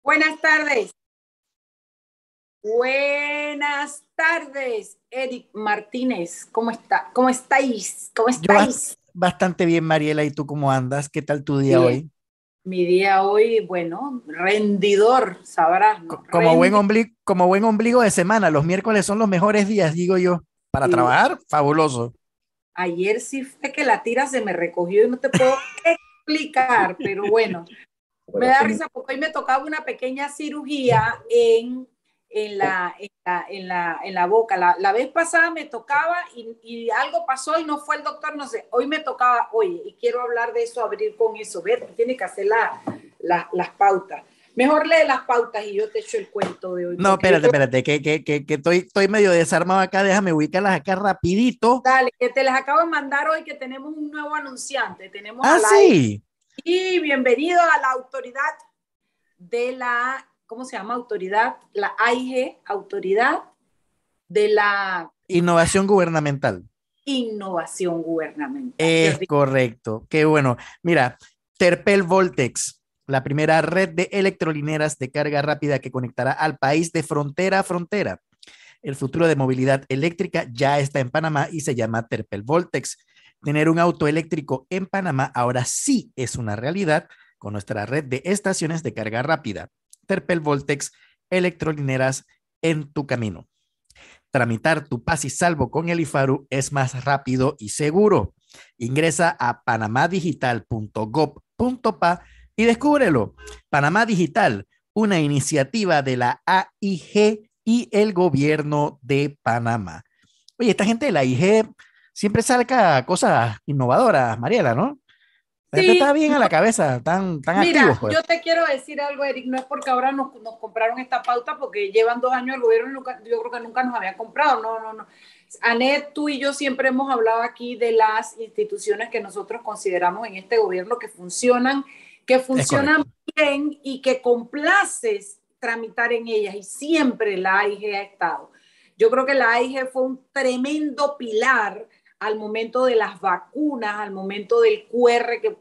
Buenas tardes. Buenas tardes, Eric Martínez. ¿Cómo está? ¿Cómo estáis? ¿Cómo Yo estáis? bastante bien, Mariela, ¿y tú cómo andas? ¿Qué tal tu día Bien. hoy? Mi día hoy, bueno, rendidor, sabrás, ¿no? Rendidor. Como buen ombligo de semana, los miércoles son los mejores días, digo yo. Para trabajar, fabuloso. Ayer sí fue que la tira se me recogió y no te puedo explicar, pero bueno, me da risa porque hoy me tocaba una pequeña cirugía en la boca. La vez pasada me tocaba y algo pasó y no fue el doctor, no sé. Hoy me tocaba, oye, y quiero hablar de eso, abrir con eso. Ver, tiene que hacer las pautas. Mejor lee las pautas y yo te echo el cuento de hoy, No, porque yo creo, espérate, que estoy medio desarmado acá, déjame ubicarlas acá rapidito. dale, que te las acabo de mandar hoy que tenemos un nuevo anunciante. Tenemos Ah, al aire. sí, Y bienvenido a la autoridad de la, ¿cómo se llama? Autoridad, la AIG, Autoridad de la innovación gubernamental. Innovación Gubernamental. Es correcto, qué bueno. Mira, Terpel Voltex, la primera red de electrolineras de carga rápida que conectará al país de frontera a frontera. El futuro de movilidad eléctrica ya está en Panamá y se llama Terpel Voltex. Tener un auto eléctrico en Panamá ahora sí es una realidad con nuestra red de estaciones de carga rápida. Terpel Voltex, electrolineras en tu camino. Tramitar tu paz y salvo con el IFARU es más rápido y seguro. Ingresa a panamadigital.gov.pa y descúbrelo. Panamá Digital, una iniciativa de la AIG y el gobierno de Panamá. Oye, esta gente de la AIG siempre saca cosas innovadoras, Mariela, ¿no? La gente está Sí, bien a la cabeza, tan activos, mira, pues. yo te quiero decir algo, Eric, no es porque ahora nos compraron esta pauta, porque llevan 2 años el gobierno y nunca, yo creo que nunca nos habían comprado, no, no, no. Anet, tú y yo siempre hemos hablado aquí de las instituciones que nosotros consideramos en este gobierno que Es funcionan correcto. bien y que complaces tramitar en ellas, y siempre la AIG ha estado. Yo creo que la AIG fue un tremendo pilar al momento de las vacunas, al momento del QR que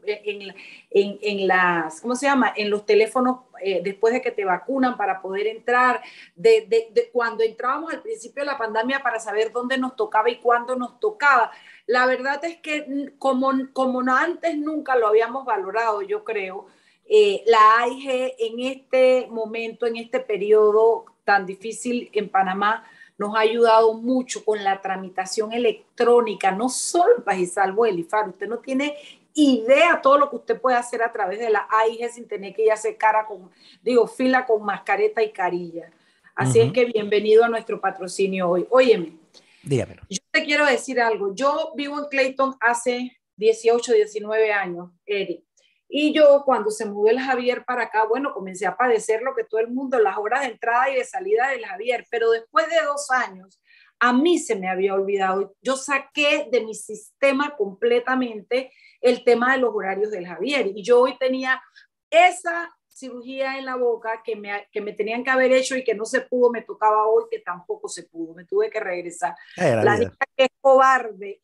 en las, ¿cómo se llama? En los teléfonos después de que te vacunan para poder entrar, de cuando entrábamos al principio de la pandemia para saber dónde nos tocaba y cuándo nos tocaba. La verdad es que como antes nunca lo habíamos valorado, yo creo, la AIG en este momento, en este periodo tan difícil en Panamá, nos ha ayudado mucho con la tramitación electrónica, no solo el Paz y Salvo del IFAR. Usted no tiene idea todo lo que usted puede hacer a través de la AIG sin tener que ir a hacer fila con mascareta y carilla. Uh Así es -huh. que bienvenido a nuestro patrocinio hoy. Óyeme, Dígamelo. yo te quiero decir algo. Yo vivo en Clayton hace 18, 19 años, Eric. Y yo cuando se mudó el Javier para acá, bueno, comencé a padecer lo que todo el mundo, las horas de entrada y de salida del Javier, pero después de 2 años, a mí se me había olvidado. Yo saqué de mi sistema completamente el tema de los horarios del Javier. Y yo hoy tenía esa cirugía en la boca que me tenían que haber hecho y que no se pudo, me tocaba hoy que tampoco se pudo, me tuve que regresar. La La niña vida. que es cobarde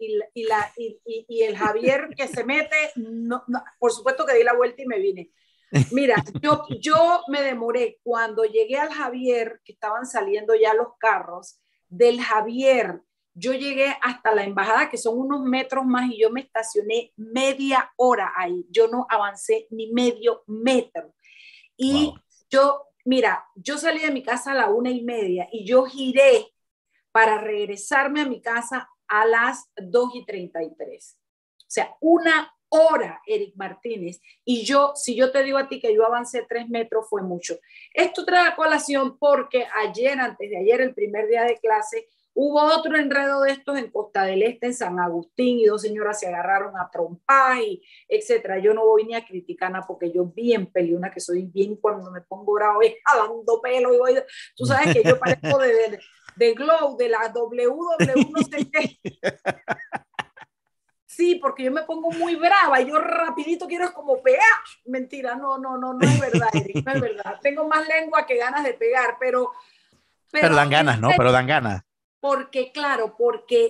y el Javier que se mete, no, no, por supuesto que di la vuelta y me vine. Mira, yo me demoré cuando llegué al Javier, que estaban saliendo ya los carros, del Javier, yo llegué hasta la embajada, que son unos metros más, y yo me estacioné media hora ahí. Yo no avancé ni medio metro. Wow. Y mira, yo salí de mi casa a la 1:30 y yo giré para regresarme a mi casa a las 2:33. O sea, 1 hora, Eric Martínez. Y yo, si yo te digo a ti que yo avancé 3 metros, fue mucho. Esto trae a colación porque ayer, antes de ayer, el primer día de clase, hubo otro enredo de estos en Costa del Este, en San Agustín, y 2 señoras se agarraron a trompar y etcétera. Yo no voy ni a criticar nada porque yo bien peleona que soy, bien cuando me pongo bravo es jalando pelo y voy, tú sabes que yo parezco de Glow, de la WW, no sé qué. Sí, porque yo me pongo muy brava y yo rapidito quiero como pegar. Mentira, no, no, no, no es verdad, Eric, no es verdad. Tengo más lengua que ganas de pegar, Pero pero dan en ganas, ¿no? serio, Pero dan ganas. porque claro, porque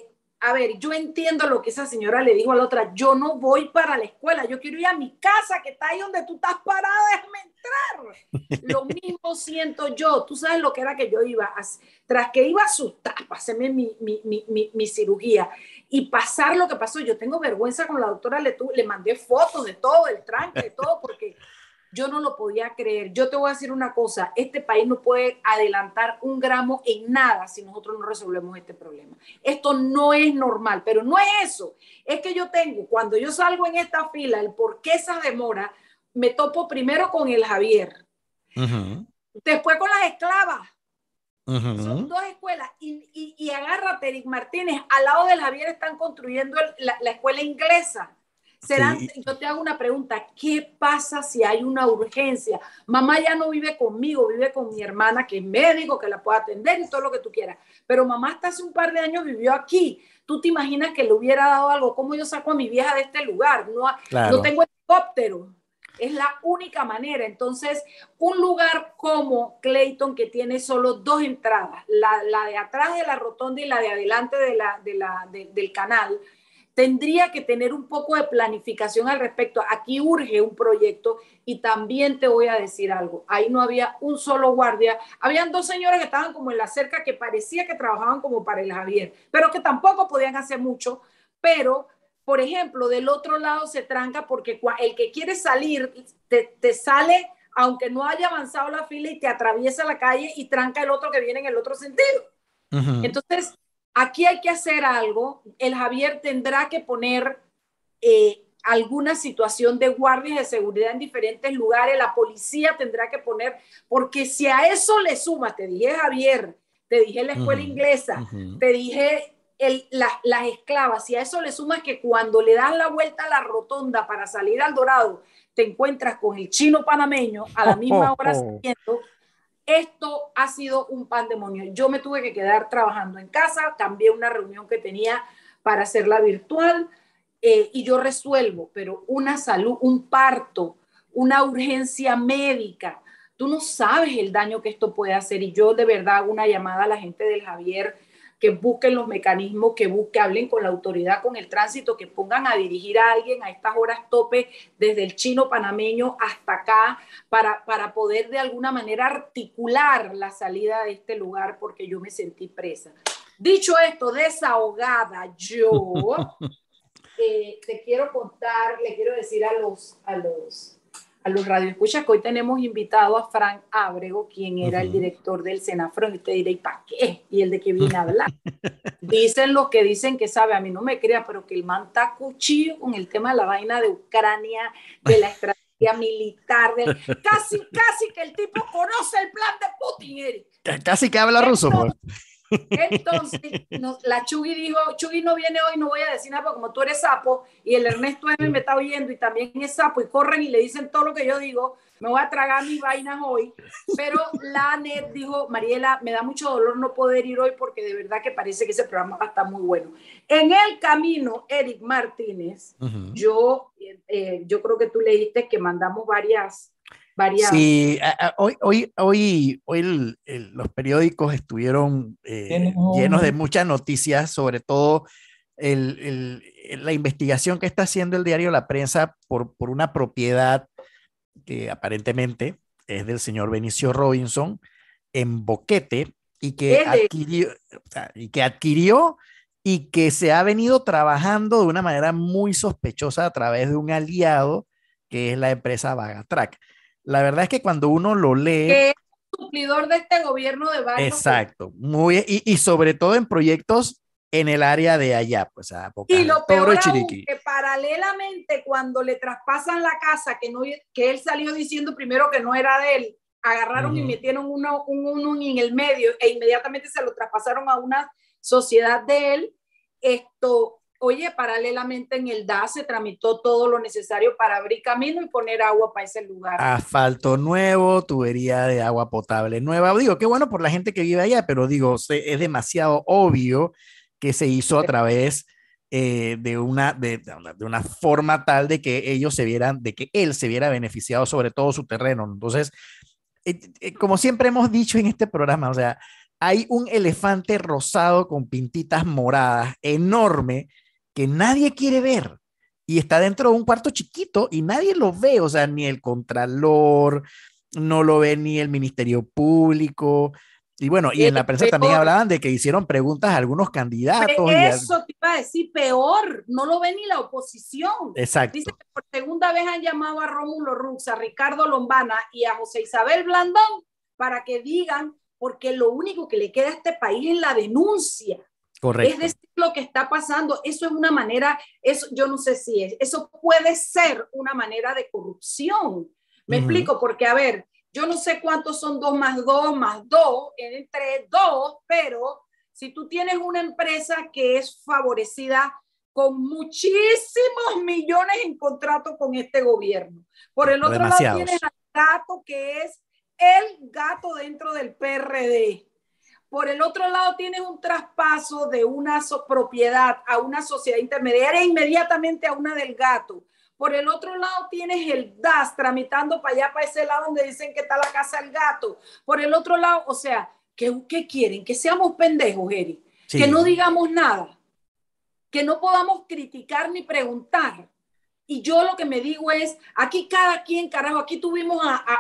a ver, yo entiendo lo que esa señora le dijo a la otra, yo no voy para la escuela, yo quiero ir a mi casa que está ahí donde tú estás parada, déjame entrar. Lo mismo siento yo, tú sabes lo que era que yo iba, tras que iba a asustar para hacerme mi cirugía y pasar lo que pasó, yo tengo vergüenza con la doctora, le mandé fotos de todo, el tranque, de todo, porque yo no lo podía creer. Yo te voy a decir una cosa, este país no puede adelantar un gramo en nada si nosotros no resolvemos este problema. Esto no es normal, pero no es eso. Es que yo tengo, cuando yo salgo en esta fila, el por qué esa demora, me topo primero con el Javier, después con las esclavas. Son dos escuelas y agárrate, Eric Martínez, al lado del Javier están construyendo la escuela inglesa. Sí. Yo te hago una pregunta, ¿qué pasa si hay una urgencia? Mamá ya no vive conmigo, vive con mi hermana que es médico, que la puede atender y todo lo que tú quieras, pero mamá hasta hace un par de años vivió aquí. ¿Tú te imaginas que le hubiera dado algo? ¿Cómo yo saco a mi vieja de este lugar? No, claro. No tengo helicóptero. Es la única manera. Entonces, un lugar como Clayton, que tiene solo dos entradas, la de atrás de la rotonda y la de adelante del canal, tendría que tener un poco de planificación al respecto. Aquí urge un proyecto y también te voy a decir algo. Ahí no había un solo guardia. Habían dos señores que estaban como en la cerca que parecía que trabajaban como para el Javier, pero que tampoco podían hacer mucho. Pero, por ejemplo, del otro lado se tranca porque el que quiere salir te sale aunque no haya avanzado la fila y te atraviesa la calle y tranca el otro que viene en el otro sentido. Entonces, aquí hay que hacer algo. El Javier tendrá que poner alguna situación de guardias de seguridad en diferentes lugares. La policía tendrá que poner, porque si a eso le sumas, te dije Javier, te dije la escuela inglesa, te dije las esclavas, si a eso le sumas que cuando le das la vuelta a la rotonda para salir al Dorado, te encuentras con el chino panameño a la misma hora saliendo. Esto ha sido un pandemonio. Yo me tuve que quedar trabajando en casa, cambié una reunión que tenía para hacerla virtual y yo resuelvo, pero una salud, un parto, una urgencia médica, tú no sabes el daño que esto puede hacer y yo de verdad hago una llamada a la gente del Javier que busquen los mecanismos, que hablen con la autoridad, con el tránsito, que pongan a dirigir a alguien a estas horas tope desde el chino panameño hasta acá para poder de alguna manera articular la salida de este lugar porque yo me sentí presa. Dicho esto, desahogada yo, te quiero contar, le quiero decir a los radioescuchas que hoy tenemos invitado a Frank Ábrego, quien era el director del Senafron, y usted dirá, ¿y para qué? ¿Y el de qué viene a hablar? Dicen los que dicen que sabe, a mí no me crea, pero que el man está cuchillo con el tema de la vaina de Ucrania, de la estrategia militar, casi que el tipo conoce el plan de Putin, Eric. Casi que habla ruso, pues. Entonces, la Chugui dijo, Chugui no viene hoy, no voy a decir nada, porque como tú eres sapo, y el Ernesto M me está oyendo, y también es sapo, y corren y le dicen todo lo que yo digo, me voy a tragar mis vainas hoy, pero la Net dijo, Mariela, me da mucho dolor no poder ir hoy, porque de verdad que parece que ese programa va a estar muy bueno. En el camino, Eric Martínez, yo creo que tú leíste que mandamos varias. Sí, hoy los periódicos estuvieron llenos de muchas noticias, sobre todo la investigación que está haciendo el diario La Prensa por una propiedad que aparentemente es del señor Benicio Robinson en Boquete y que adquirió y que se ha venido trabajando de una manera muy sospechosa a través de un aliado que es la empresa Vagatrack. La verdad es que cuando uno lo lee... Que es el suplidor de este gobierno de varios... Exacto. Y sobre todo en proyectos en el área de allá, pues a Bocas y lo peor aún, que paralelamente cuando le traspasan la casa, que él salió diciendo primero que no era de él, agarraron y metieron uno en el medio e inmediatamente se lo traspasaron a una sociedad de él. Oye, paralelamente en el DA se tramitó todo lo necesario para abrir camino y poner agua para ese lugar. Asfalto nuevo, tubería de agua potable nueva. Digo, qué bueno por la gente que vive allá, pero digo, es demasiado obvio que se hizo a través de una forma tal de que él se viera beneficiado sobre todo su terreno. Entonces, como siempre hemos dicho en este programa, o sea, hay un elefante rosado con pintitas moradas, enorme, que nadie quiere ver. Y está dentro de un cuarto chiquito y nadie lo ve, o sea, ni el contralor, no lo ve ni el Ministerio Público. Y bueno, y en la prensa también Peor. hablaban de que hicieron preguntas a algunos candidatos. Eso te iba a decir, peor, no lo ve ni la oposición. Dice Exacto, que por segunda vez han llamado a Rómulo Rux, a Ricardo Lombana y a José Isabel Blandón para que digan, porque lo único que le queda a este país es la denuncia. Es correcto. decir, lo que está pasando, eso es una manera, eso yo no sé si es, eso puede ser una manera de corrupción. Me explico, porque a ver, yo no sé cuántos son 2 más 2, entre 2, pero si tú tienes una empresa que es favorecida con muchísimos millones en contrato con este gobierno, por el Pero otro lado tienes demasiados. al gato que es el gato dentro del PRD. Por el otro lado, tienes un traspaso de una propiedad a una sociedad intermediaria e inmediatamente a una del gato. Por el otro lado, tienes el DAS tramitando para allá, para ese lado donde dicen que está la casa del gato. Por el otro lado, o sea, ¿qué quieren? Que seamos pendejos, Eric. Que no Sí. digamos nada. Que no podamos criticar ni preguntar. Y yo lo que me digo es, aquí cada quien, carajo, aquí tuvimos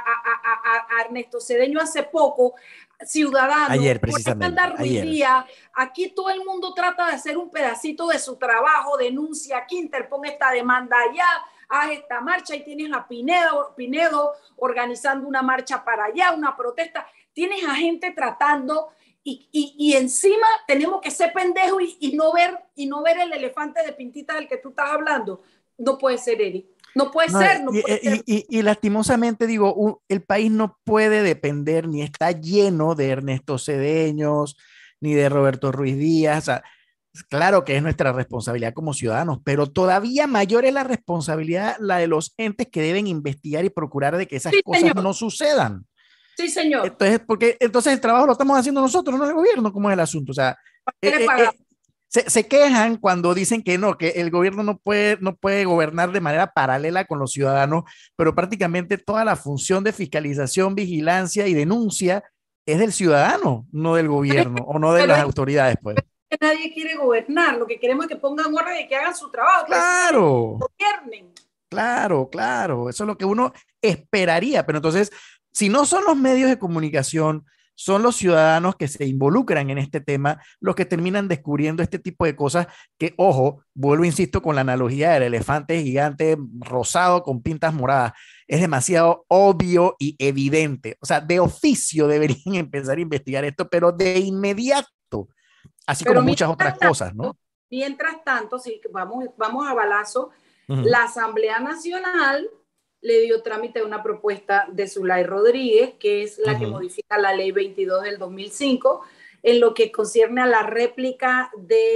a Ernesto Cedeño hace poco, ciudadano, Ayer, por ahí anda precisamente, Ruiz ayer. Díaz, aquí todo el mundo trata de hacer un pedacito de su trabajo, denuncia aquí, interpone esta demanda allá, haz esta marcha, y tienes a Pinedo organizando una marcha para allá, una protesta, tienes a gente tratando y encima tenemos que ser pendejos y no ver el elefante de pintita del que tú estás hablando. No puede ser, Eric. No puede No, ser, no puede ser. y lastimosamente digo, el país no puede depender ni está lleno de Ernesto Cedeños, ni de Roberto Ruiz Díaz. O sea, claro que es nuestra responsabilidad como ciudadanos, pero todavía mayor es la responsabilidad la de los entes que deben investigar y procurar de que esas Sí, cosas señor. no sucedan. Sí, señor. Entonces, porque entonces el trabajo lo estamos haciendo nosotros, no el gobierno, ¿cómo es el asunto? O sea, eh, ¿Qué le eh, pagamos? eh, se quejan cuando dicen que no, que el gobierno no puede gobernar de manera paralela con los ciudadanos, pero prácticamente toda la función de fiscalización, vigilancia y denuncia es del ciudadano, no del gobierno o no de Pero las es autoridades, pues. que nadie quiere gobernar. Lo que queremos es que pongan orden y que hagan su trabajo, precisamente Claro, que gobiernen. claro, claro, eso es lo que uno esperaría, pero entonces, si no son los medios de comunicación, son los ciudadanos que se involucran en este tema los que terminan descubriendo este tipo de cosas que, ojo, vuelvo, insisto, con la analogía del elefante gigante rosado con pintas moradas, es demasiado obvio y evidente. O sea, de oficio deberían empezar a investigar esto, pero de inmediato, así como Pero muchas otras cosas, ¿no? mientras tanto, sí, vamos a balazo, Uh -huh. la Asamblea Nacional le dio trámite a una propuesta de Zulay Rodríguez, que es Uh la que -huh. modifica la ley 22 del 2005, en lo que concierne a la réplica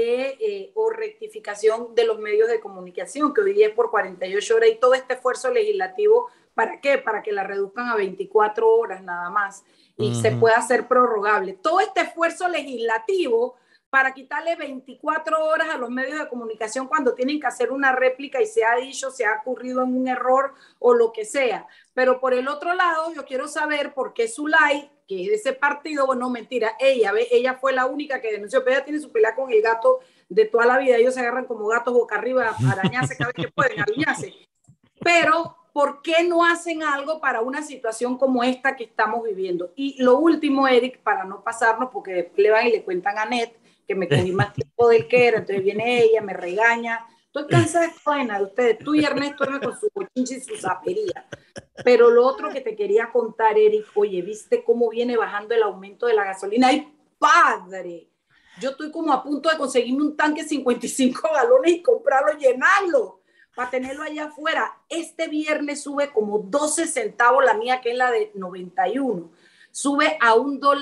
o rectificación de los medios de comunicación, que hoy día es por 48 horas, y todo este esfuerzo legislativo, ¿para qué? Para que la reduzcan a 24 horas nada más y Uh se -huh. pueda hacer prorrogable. Todo este esfuerzo legislativo para quitarle 24 horas a los medios de comunicación cuando tienen que hacer una réplica y se ha dicho, se ha ocurrido en un error o lo que sea. Pero por el otro lado, yo quiero saber por qué Zulay, que es de ese partido, bueno, mentira, ella fue la única que denunció, pero ella tiene su pelea con el gato de toda la vida, ellos se agarran como gatos boca arriba, a arañarse cada vez que pueden, aruñarse. Pero, ¿por qué no hacen algo para una situación como esta que estamos viviendo? Y lo último, Eric, para no pasarnos, porque después le van y le cuentan a Net que me cogí más tiempo del que era, entonces viene ella, me regaña. Estoy cansada de esta vaina de ustedes. Tú y Ernesto con su bochinche y su zapería. Pero lo otro que te quería contar, Eric, oye, ¿viste cómo viene bajando el aumento de la gasolina? ¡Ay, padre! Yo estoy como a punto de conseguirme un tanque de 55 galones y comprarlo, llenarlo, para tenerlo allá afuera. Este viernes sube como 12 centavos la mía, que es la de 91. Sube a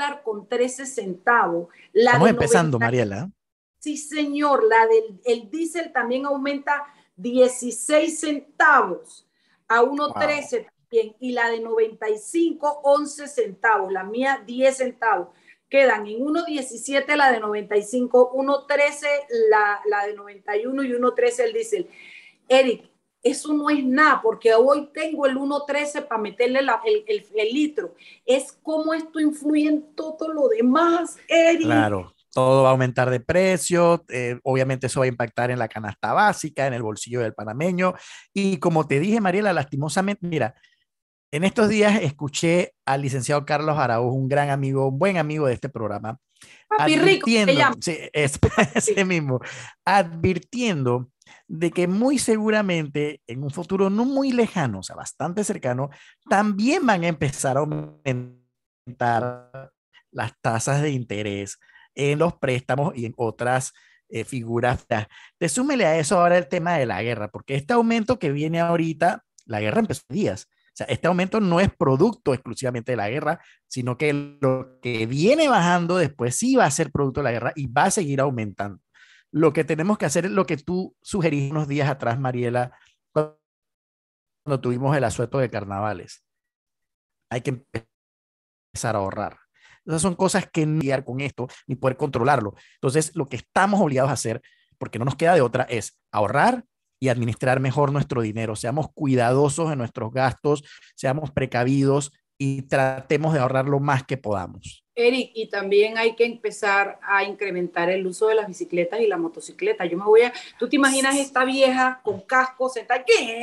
$1.13. La Estamos de empezando, 90, Mariela. sí señor, la del el diésel también aumenta 16 centavos a Wow. 1.13 también, y la de 95, 11 centavos, la mía 10 centavos. Quedan en 1.17 la de 95, 1.13 la de 91 y 1.13 el diésel. Eric, eso no es nada, porque hoy tengo el 1.13 para meterle el litro. Es cómo esto influye en todo lo demás, Eric. Claro, todo va a aumentar de precio, obviamente eso va a impactar en la canasta básica, en el bolsillo del panameño. Y como te dije, Mariela, lastimosamente, mira, en estos días escuché al licenciado Carlos Araújo, un gran amigo, un buen amigo de este programa, Papi rico se advirtiendo, llama. sí, es, ese mismo, advirtiendo de que muy seguramente en un futuro no muy lejano, o sea, bastante cercano, también van a empezar a aumentar las tasas de interés en los préstamos y en otras figuras. Te súmele a eso ahora el tema de la guerra, porque este aumento que viene ahorita, la guerra empezó en días. O sea, este aumento no es producto exclusivamente de la guerra, sino que lo que viene bajando después sí va a ser producto de la guerra y va a seguir aumentando. Lo que tenemos que hacer es lo que tú sugeriste unos días atrás, Mariela, cuando tuvimos el asueto de carnavales. Hay que empezar a ahorrar. Esas son cosas que no lidiar con esto ni poder controlarlo. Entonces, lo que estamos obligados a hacer, porque no nos queda de otra, es ahorrar y administrar mejor nuestro dinero. Seamos cuidadosos en nuestros gastos, seamos precavidos y tratemos de ahorrar lo más que podamos. Eric, y también hay que empezar a incrementar el uso de las bicicletas y la motocicleta. ¿Tú te imaginas esta vieja con casco sentada?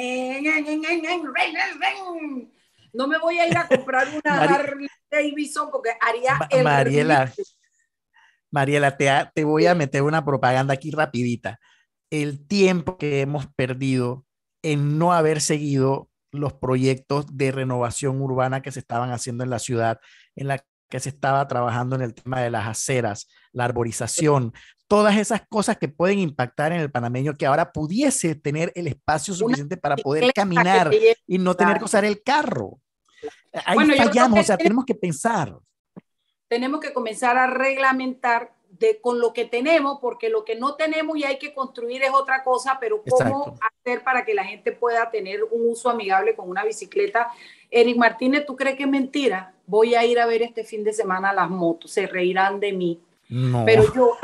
No me voy a ir a comprar una Mari Harley Davidson porque haría el Mariela, ridículo. Mariela, te voy a meter una propaganda aquí rapidita. El tiempo que hemos perdido en no haber seguido los proyectos de renovación urbana que se estaban haciendo en la ciudad, en la que se estaba trabajando en el tema de las aceras, la arborización, todas esas cosas que pueden impactar en el panameño que ahora pudiese tener el espacio Una suficiente para poder bicicleta que caminar te lleve. y no tener que usar el carro. Ahí Bueno, yo creo fallamos, o que sea, tenemos que pensar. tenemos que comenzar a reglamentar con lo que tenemos, porque lo que no tenemos y hay que construir es otra cosa, pero cómo Exacto. hacer para que la gente pueda tener un uso amigable con una bicicleta. Eric Martínez, ¿tú crees que es mentira? Voy a ir a ver este fin de semana las motos, se reirán de mí. No. Pero yo,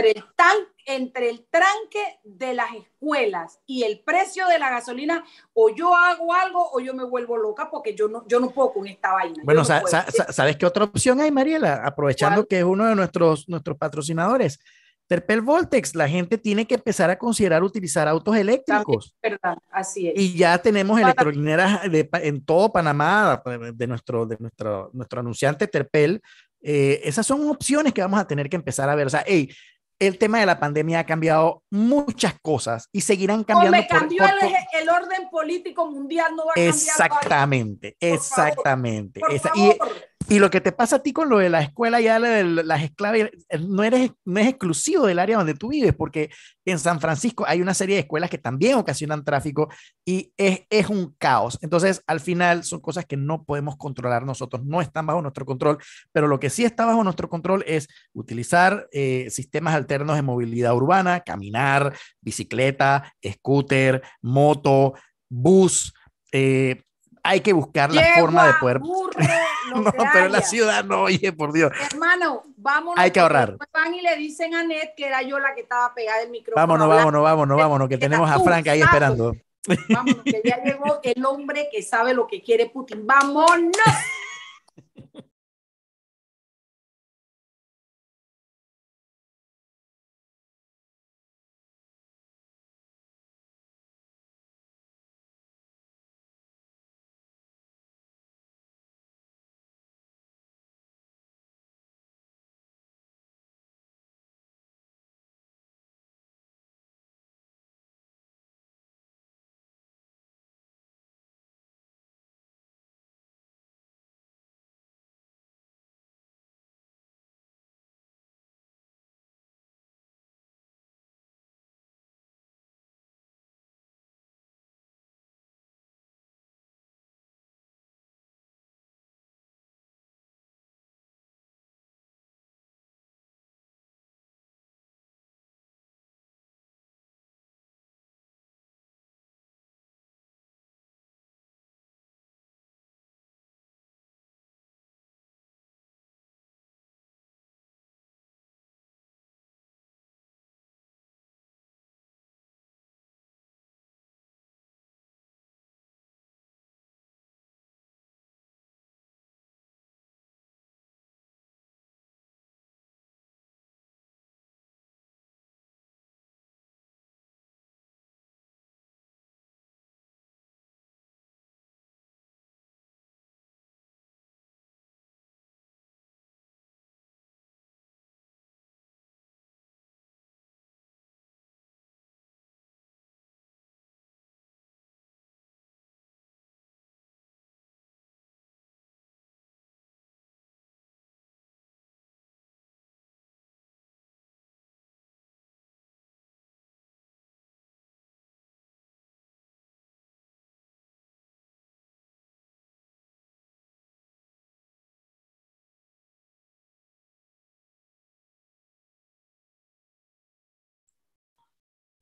entre el tranque de las escuelas y el precio de la gasolina, o yo hago algo o yo me vuelvo loca porque yo no puedo con esta vaina, yo Bueno, no puedo. ¿sabes qué otra opción hay, Mariela? ¿Cuál? Aprovechando que es uno de nuestros patrocinadores, Terpel Voltex, la gente tiene que empezar a considerar utilizar autos También eléctricos. es verdad, así Y es. ya tenemos electrolineras en todo Panamá, nuestro anunciante Terpel. Esas son opciones que vamos a tener que empezar a ver. O sea, hey, el tema de la pandemia ha cambiado muchas cosas y seguirán Como me cambiando cambió el orden político mundial, no va a cambiar algo, exactamente, por favor, exactamente. por favor. Y lo que te pasa a ti con lo de la escuela, ya lo de las esclavas, no es exclusivo del área donde tú vives, porque en San Francisco hay una serie de escuelas que también ocasionan tráfico y es un caos. Entonces, al final son cosas que no podemos controlar nosotros, no están bajo nuestro control, pero lo que sí está bajo nuestro control es utilizar sistemas alternos de movilidad urbana, caminar, bicicleta, scooter, moto, bus. Eh, hay que buscar la forma Yegua, de poder. burro, lo No, que pero en la haya. ciudad no, oye, por Dios. Hermano, Hay vámonos que porque ahorrar. después van y le dicen a Net que era yo la que estaba pegada del micrófono Vámonos, hablando. vámonos, vámonos, vámonos, que Era tenemos a tú, Frank ahí sapo. esperando. Vámonos, que ya llegó el hombre que sabe lo que quiere Putin. ¡Vámonos!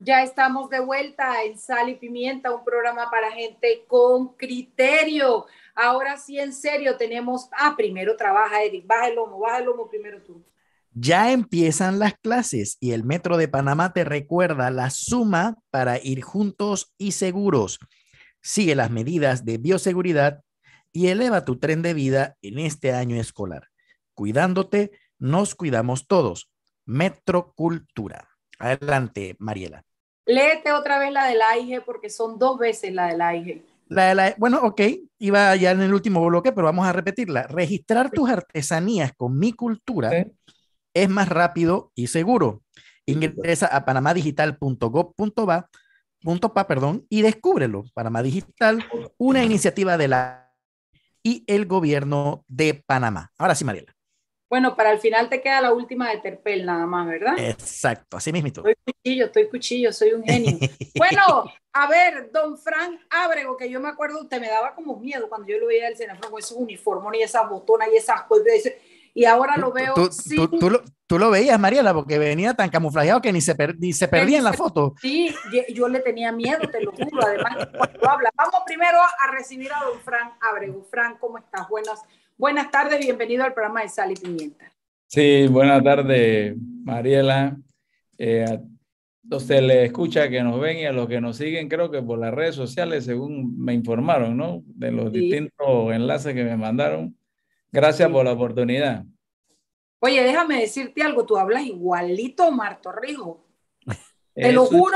Ya estamos de vuelta en Sal y Pimienta, un programa para gente con criterio. Ahora sí, en serio, tenemos... primero trabaja, Eric. Baja el lomo primero tú. Ya empiezan las clases y el Metro de Panamá te recuerda la suma para ir juntos y seguros. Sigue las medidas de bioseguridad y eleva tu tren de vida en este año escolar. Cuidándote, nos cuidamos todos. Metro Cultura. Adelante, Mariela. Léete otra vez la del AIG porque son 2 veces la del AIG. Bueno, ok, iba ya en el último bloque, pero vamos a repetirla. Registrar tus artesanías con Mi Cultura Sí. es más rápido y seguro. Ingresa a panamadigital.gov.pa, perdón, y descúbrelo. Panamá Digital, una iniciativa de la y el gobierno de Panamá. Ahora sí, Mariela. Bueno, para el final te queda la última de Terpel nada más, ¿verdad? Exacto, así mismito. Estoy cuchillo, soy un genio. Bueno, a ver, don Frank Ábrego, que yo me acuerdo, usted me daba como miedo cuando yo lo veía del Senafrón con esos uniformes y esas botonas y esas cosas. Y ahora lo veo tú lo veías, Mariela, porque venía tan camuflajeado que ni se perdía en la foto. Sí, yo le tenía miedo, te lo juro. Además, cuando habla. Vamos primero a recibir a don Frank Ábrego. Frank, ¿cómo estás? Buenas tardes, bienvenido al programa de Sal y Pimienta. Sí, buenas tardes, Mariela. A los que le escucha, que nos ven y a los que nos siguen, creo que por las redes sociales, según me informaron, ¿no? De los distintos enlaces que me mandaron. Gracias por la oportunidad. Oye, déjame decirte algo, tú hablas igualito, Omar Torrijos. Te lo juro.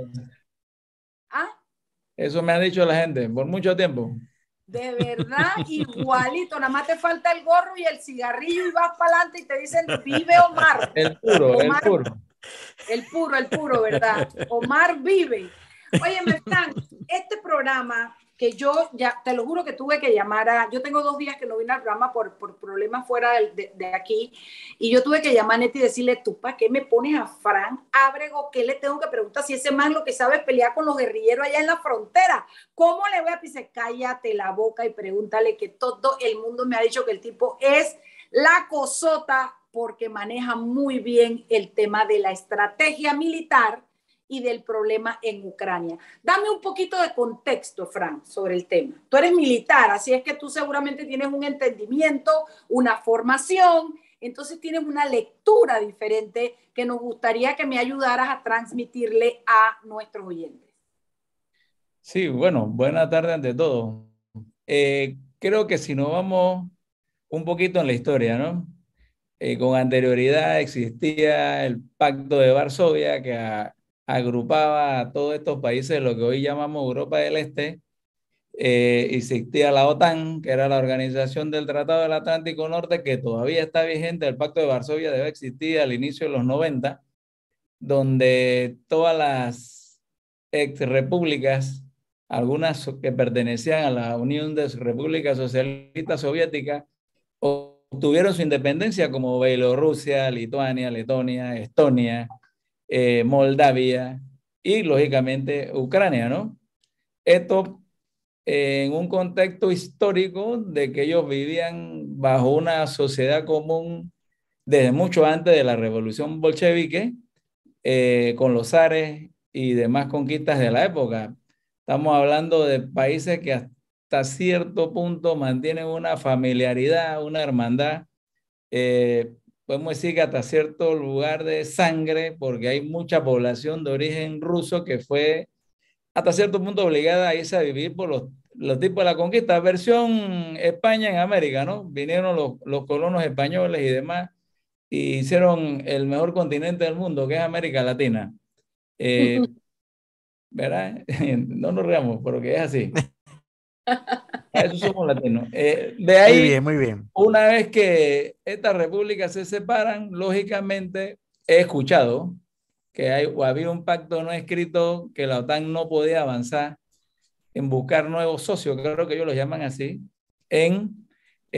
Eso me ha dicho la gente por mucho tiempo. De verdad, igualito. Nada más te falta el gorro y el cigarrillo y vas para adelante y te dicen, vive Omar. El puro, Omar, el puro. El puro, ¿verdad? Omar vive. Oye, Frank, este programa que yo ya, te lo juro que tuve que llamar a, yo tengo 2 días que no vine al programa por problemas fuera de aquí, y yo tuve que llamar a Neti y decirle, ¿tú para qué me pones a Frank Ábrego? ¿Qué le tengo que preguntar si ese man lo que sabe es pelear con los guerrilleros allá en la frontera? ¿Cómo le voy a decir, cállate la boca y pregúntale, que todo el mundo me ha dicho que el tipo es la cosota porque maneja muy bien el tema de la estrategia militar y del problema en Ucrania? Dame un poquito de contexto, Frank, sobre el tema. Tú eres militar, así es que tú seguramente tienes un entendimiento, una formación, entonces tienes una lectura diferente que nos gustaría que me ayudaras a transmitirle a nuestros oyentes. Sí, bueno, buena tarde ante todo. Creo que si nos vamos un poquito en la historia, ¿no? Con anterioridad existía el Pacto de Varsovia que agrupaba a todos estos países de lo que hoy llamamos Europa del Este. Existía la OTAN, que era la Organización del Tratado del Atlántico Norte, que todavía está vigente. El Pacto de Varsovia debe existir al inicio de los 90, donde todas las ex repúblicas, algunas que pertenecían a la Unión de Repúblicas Socialistas Soviéticas, obtuvieron su independencia, como Bielorrusia, Lituania, Letonia, Estonia, Moldavia y lógicamente Ucrania, ¿no? Esto en un contexto histórico de que ellos vivían bajo una sociedad común desde mucho antes de la revolución bolchevique, con los zares y demás conquistas de la época. Estamos hablando de países que hasta cierto punto mantienen una familiaridad, una hermandad. Podemos decir que hasta cierto lugar de sangre, porque hay mucha población de origen ruso que fue hasta cierto punto obligada a irse a vivir por los tipos de la conquista. Versión España en América, ¿no? Vinieron los colonos españoles y demás y hicieron el mejor continente del mundo, que es América Latina. ¿Verdad? No nos reamos, porque es así. A eso somos latinos. De ahí, muy bien, muy bien. una vez que estas repúblicas se separan, lógicamente he escuchado que había un pacto no escrito que la OTAN no podía avanzar en buscar nuevos socios, creo que ellos los llaman así, en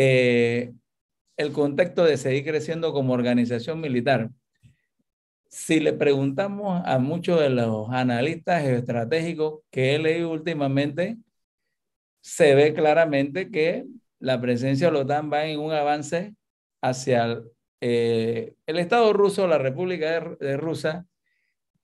el contexto de seguir creciendo como organización militar. Si le preguntamos a muchos de los analistas estratégicos que he leído últimamente, se ve claramente que la presencia de la OTAN va en un avance hacia el Estado ruso, la República de Rusia,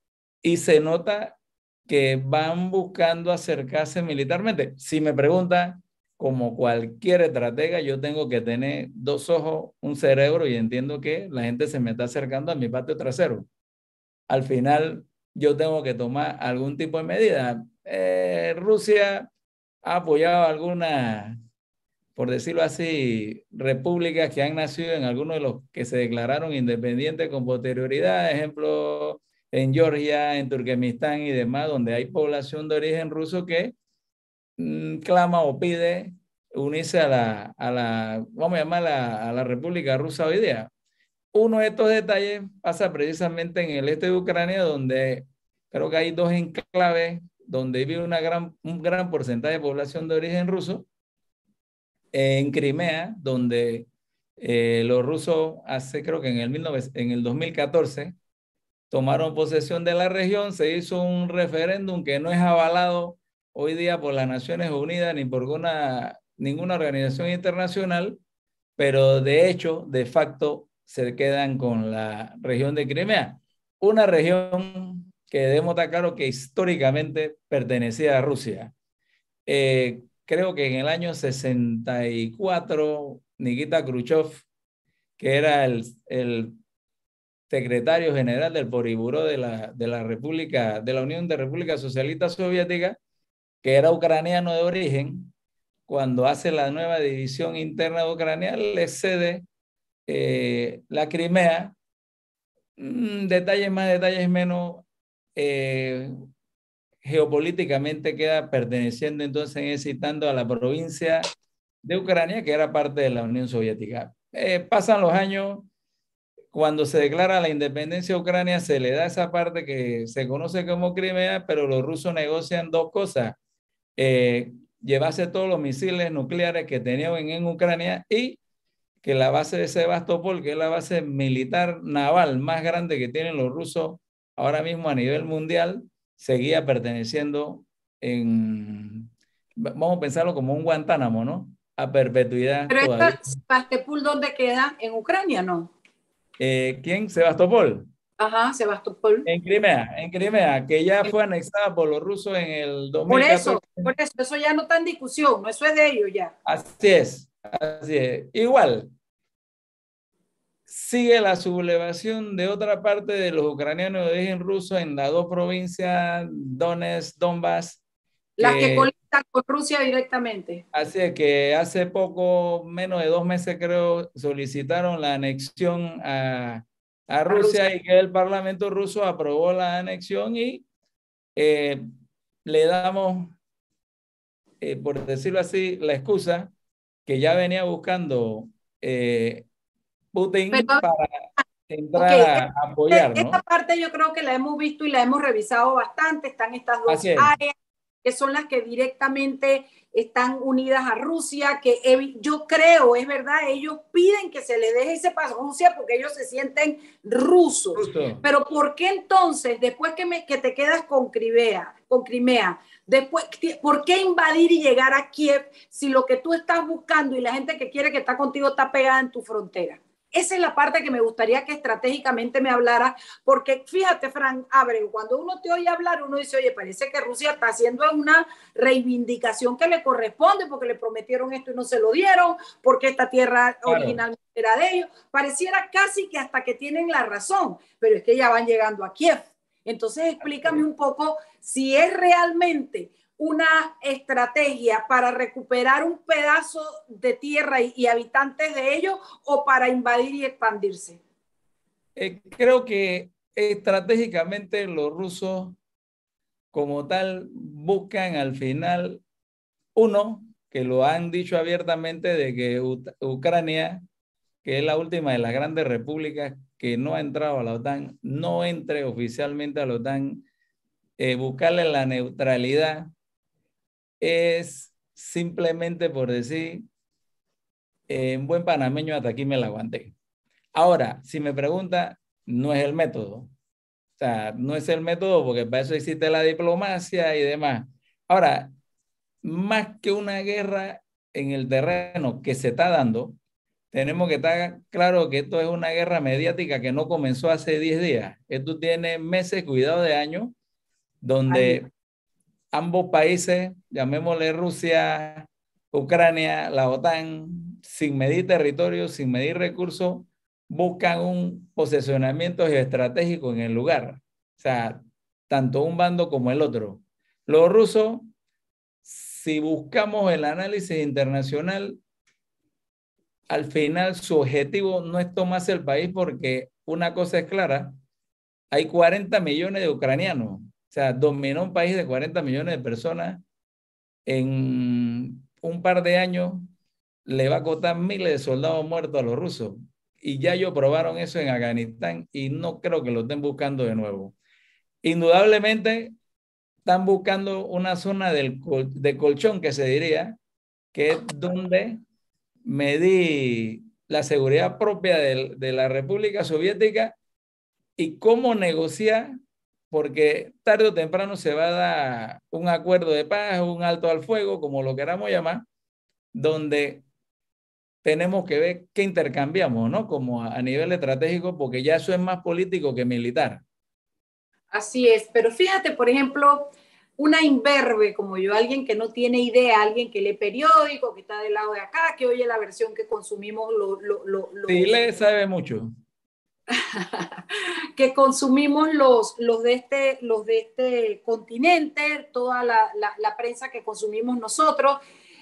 y se nota que van buscando acercarse militarmente. Si me pregunta, como cualquier estratega, yo tengo que tener dos ojos, un cerebro, y entiendo que la gente se me está acercando a mi patio trasero. Al final, yo tengo que tomar algún tipo de medida. Rusia ha apoyado algunas, por decirlo así, repúblicas que han nacido en algunos de los que se declararon independientes con posterioridad, ejemplo, en Georgia, en Turkmenistán y demás, donde hay población de origen ruso que clama o pide unirse vamos a llamarla, a la República Rusa hoy día. Uno de estos detalles pasa precisamente en el este de Ucrania, donde creo que hay dos enclaves donde vive un gran porcentaje de población de origen ruso. En Crimea, donde los rusos creo que en el 2014 tomaron posesión de la región, se hizo un referéndum que no es avalado hoy día por las Naciones Unidas ni por ninguna organización internacional, pero de hecho, de facto, se quedan con la región de Crimea, una región que debemos estar claro que históricamente pertenecía a Rusia. Creo que en el año 64, Nikita Khrushchev, que era el secretario general del Politburó de la República, de la Unión de Repúblicas Socialistas Soviéticas, que era ucraniano de origen, cuando hace la nueva división interna de Ucrania, le cede la Crimea, detalles más, detalles menos, geopolíticamente queda perteneciendo entonces, citando a la provincia de Ucrania, que era parte de la Unión Soviética. Pasan los años, cuando se declara la independencia de Ucrania, se le da esa parte que se conoce como Crimea, pero los rusos negocian dos cosas: llevarse todos los misiles nucleares que tenían en Ucrania y que la base de Sebastopol, que es la base militar naval más grande que tienen los rusos ahora mismo a nivel mundial, seguía perteneciendo vamos a pensarlo como un Guantánamo, ¿no? A perpetuidad Pero todavía. Sebastopol, ¿dónde queda? En Ucrania, ¿no? ¿Quién? Sebastopol. Ajá, Sebastopol. En Crimea, que ya fue anexada por los rusos en el Por 2014. eso ya no está en discusión, no, eso es de ellos ya. Así es, así es. Igual, sigue la sublevación de otra parte de los ucranianos de origen ruso en las dos provincias, Donetsk, Donbass. Las que colindan con Rusia directamente. Así es que hace poco, menos de 2 meses creo, solicitaron la anexión a Rusia, y que el Parlamento ruso aprobó la anexión y le damos, por decirlo así, la excusa que ya venía buscando Putin para entrar a apoyar, ¿no? Esta parte yo creo que la hemos visto y la hemos revisado bastante. Están estas dos áreas que son las que directamente están unidas a Rusia, que yo creo, es verdad, ellos piden que se le deje ese paso a Rusia porque ellos se sienten rusos. Justo. Pero ¿por qué entonces, después que te quedas con Crimea, después, ¿por qué invadir y llegar a Kiev si lo que tú estás buscando y la gente que quiere que está contigo está pegada en tu frontera? Esa es la parte que me gustaría que estratégicamente me hablara, porque fíjate, Frank Abreu, cuando uno te oye hablar, uno dice, oye, parece que Rusia está haciendo una reivindicación que le corresponde, porque le prometieron esto y no se lo dieron, porque esta tierra originalmente era de ellos. Pareciera casi que hasta que tienen la razón, pero es que ya van llegando a Kiev. Entonces, explícame un poco si es realmente una estrategia para recuperar un pedazo de tierra y habitantes de ellos, o para invadir y expandirse. Creo que estratégicamente los rusos como tal buscan al final, uno, que lo han dicho abiertamente, de que Ucrania, que es la última de las grandes repúblicas que no ha entrado a la OTAN, no entre oficialmente a la OTAN. Buscarle la neutralidad es simplemente por decir, en buen panameño, hasta aquí me la aguanté. Ahora, si me pregunta, no es el método. O sea, no es el método porque para eso existe la diplomacia y demás. Ahora, más que una guerra en el terreno que se está dando, tenemos que estar claro que esto es una guerra mediática que no comenzó hace 10 días. Esto tiene meses, cuidado de años, donde ambos países, llamémosle Rusia, Ucrania, la OTAN, sin medir territorio, sin medir recursos, buscan un posicionamiento geoestratégico en el lugar. O sea, tanto un bando como el otro. Los rusos, si buscamos el análisis internacional, al final su objetivo no es tomarse el país porque una cosa es clara, hay 40 millones de ucranianos, o sea, dominó un país de 40 millones de personas en un par de años, le va a costar miles de soldados muertos a los rusos. Y ya ellos probaron eso en Afganistán y no creo que lo estén buscando de nuevo. Indudablemente están buscando una zona de colchón, que se diría, que es donde medir la seguridad propia de la República Soviética y cómo negociar, porque tarde o temprano se va a dar un acuerdo de paz, un alto al fuego, como lo queramos llamar, donde tenemos que ver qué intercambiamos, ¿no? Como a nivel estratégico, porque ya eso es más político que militar. Así es, pero fíjate, por ejemplo, una imberbe como yo, alguien que no tiene idea, alguien que lee periódico, que está del lado de acá, que oye la versión que consumimos Chile sabe mucho. que consumimos los de este continente, toda la prensa que consumimos nosotros.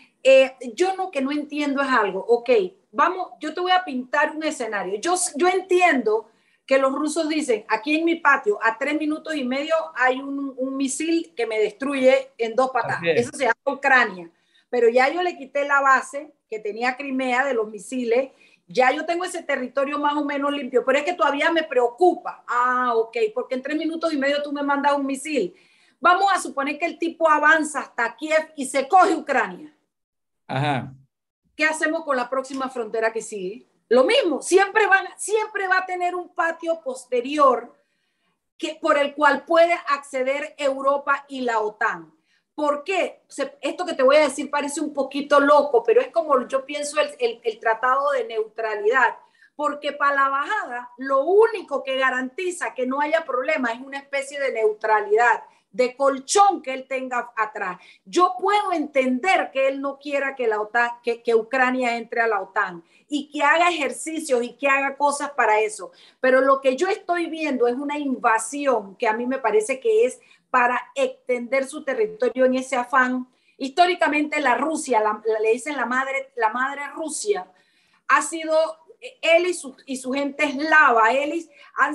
Yo lo que no entiendo es algo, ok, vamos, yo te voy a pintar un escenario. Yo entiendo que los rusos dicen, aquí en mi patio, a 3 minutos y medio hay un misil que me destruye en 2 patadas. Eso se llama Ucrania. Pero ya yo le quité la base que tenía Crimea de los misiles, ya yo tengo ese territorio más o menos limpio, pero es que todavía me preocupa. Ah, ok, porque en 3 minutos y medio tú me mandas un misil. Vamos a suponer que el tipo avanza hasta Kiev y se coge Ucrania. Ajá. ¿Qué hacemos con la próxima frontera que sigue? Lo mismo, siempre va a tener un patio posterior por el cual puede acceder Europa y la OTAN. ¿Por qué? Esto que te voy a decir parece un poquito loco, pero es como yo pienso el tratado de neutralidad. Porque para la bajada, lo único que garantiza que no haya problema es una especie de neutralidad, de colchón que él tenga atrás. Yo puedo entender que él no quiera que la OTAN, que Ucrania entre a la OTAN y que haga ejercicios y que haga cosas para eso. Pero lo que yo estoy viendo es una invasión que a mí me parece que es para extender su territorio en ese afán. Históricamente la Rusia, le dicen la madre Rusia, ha sido, él y su gente eslava, él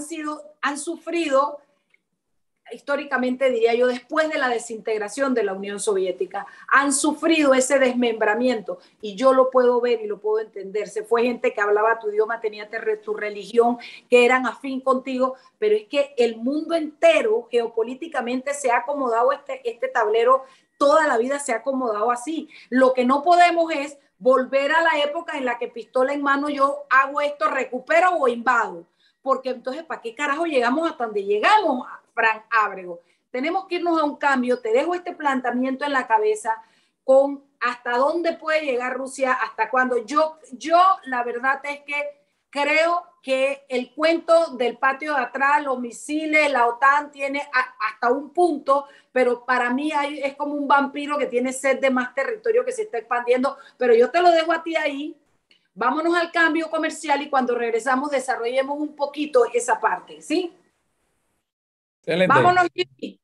han sufrido históricamente, diría yo, después de la desintegración de la Unión Soviética, han sufrido ese desmembramiento y yo lo puedo ver y lo puedo entender. Se fue gente que hablaba tu idioma, tenía tu religión, que eran afín contigo, pero es que el mundo entero geopolíticamente se ha acomodado este tablero, toda la vida se ha acomodado así. Lo que no podemos es volver a la época en la que pistola en mano yo hago esto, recupero o invado. Porque entonces, ¿para qué carajo llegamos hasta donde llegamos, Frank Ábrego? Tenemos que irnos a un cambio. Te dejo este planteamiento en la cabeza con hasta dónde puede llegar Rusia, hasta cuándo. Yo la verdad es que creo que el cuento del patio de atrás, los misiles, la OTAN tiene hasta un punto, pero para mí es como un vampiro que tiene sed de más territorio que se está expandiendo. Pero yo te lo dejo a ti ahí. Vámonos al cambio comercial y cuando regresamos desarrollemos un poquito esa parte, ¿sí? Excelente. Vámonos, Jimmy.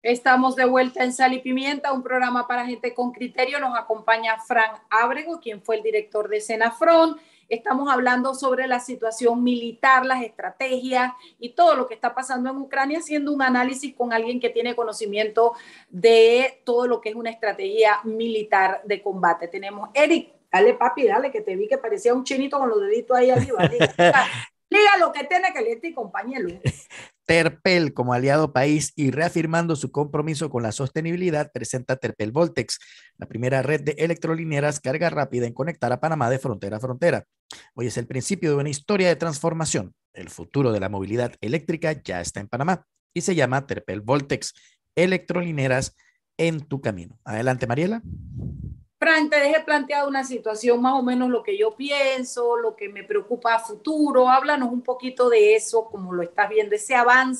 Estamos de vuelta en Sal y Pimienta, un programa para gente con criterio. Nos acompaña Fran Ábrego, quien fue el director de Senafrón. Estamos hablando sobre la situación militar, las estrategias y todo lo que está pasando en Ucrania, haciendo un análisis con alguien que tiene conocimiento de todo lo que es una estrategia militar de combate. Tenemos Eric, dale papi, dale, que te vi que parecía un chinito con los deditos ahí arriba. Diga lo que tiene que leerte y compañero. Terpel como aliado país y reafirmando su compromiso con la sostenibilidad, presenta Terpel Voltex, la primera red de electrolineras carga rápida en conectar a Panamá de frontera a frontera. Hoy es el principio de una historia de transformación. El futuro de la movilidad eléctrica ya está en Panamá y se llama Terpel Voltex, electrolineras en tu camino. Adelante, Mariela. Fran, te dejé planteada una situación, más o menos lo que yo pienso, lo que me preocupa a futuro. Háblanos un poquito de eso, como lo estás viendo, ese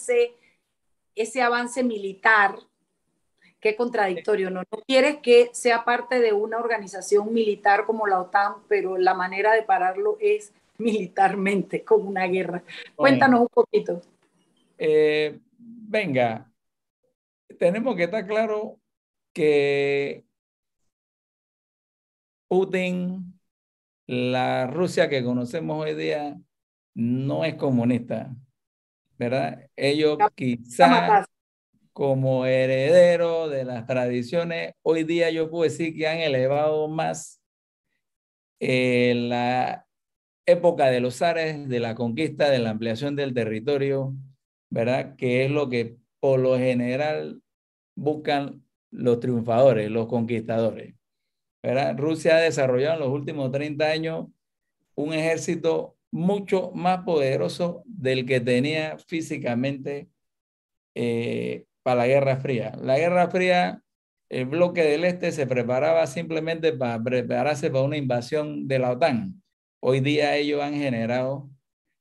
avance militar. Qué contradictorio, ¿no? No quieres que sea parte de una organización militar como la OTAN, pero la manera de pararlo es militarmente, con una guerra. Cuéntanos un poquito. Venga, tenemos que estar claro que Putin, la Rusia que conocemos hoy día, no es comunista, ¿verdad? Ellos quizás como heredero de las tradiciones, hoy día yo puedo decir que han elevado más la época de los zares, de la conquista, de la ampliación del territorio, ¿verdad? Que es lo que por lo general buscan los triunfadores, los conquistadores, ¿verdad? Rusia ha desarrollado en los últimos 30 años un ejército mucho más poderoso del que tenía físicamente para la Guerra Fría. La Guerra Fría, el bloque del Este se preparaba simplemente para prepararse para una invasión de la OTAN. Hoy día ellos han generado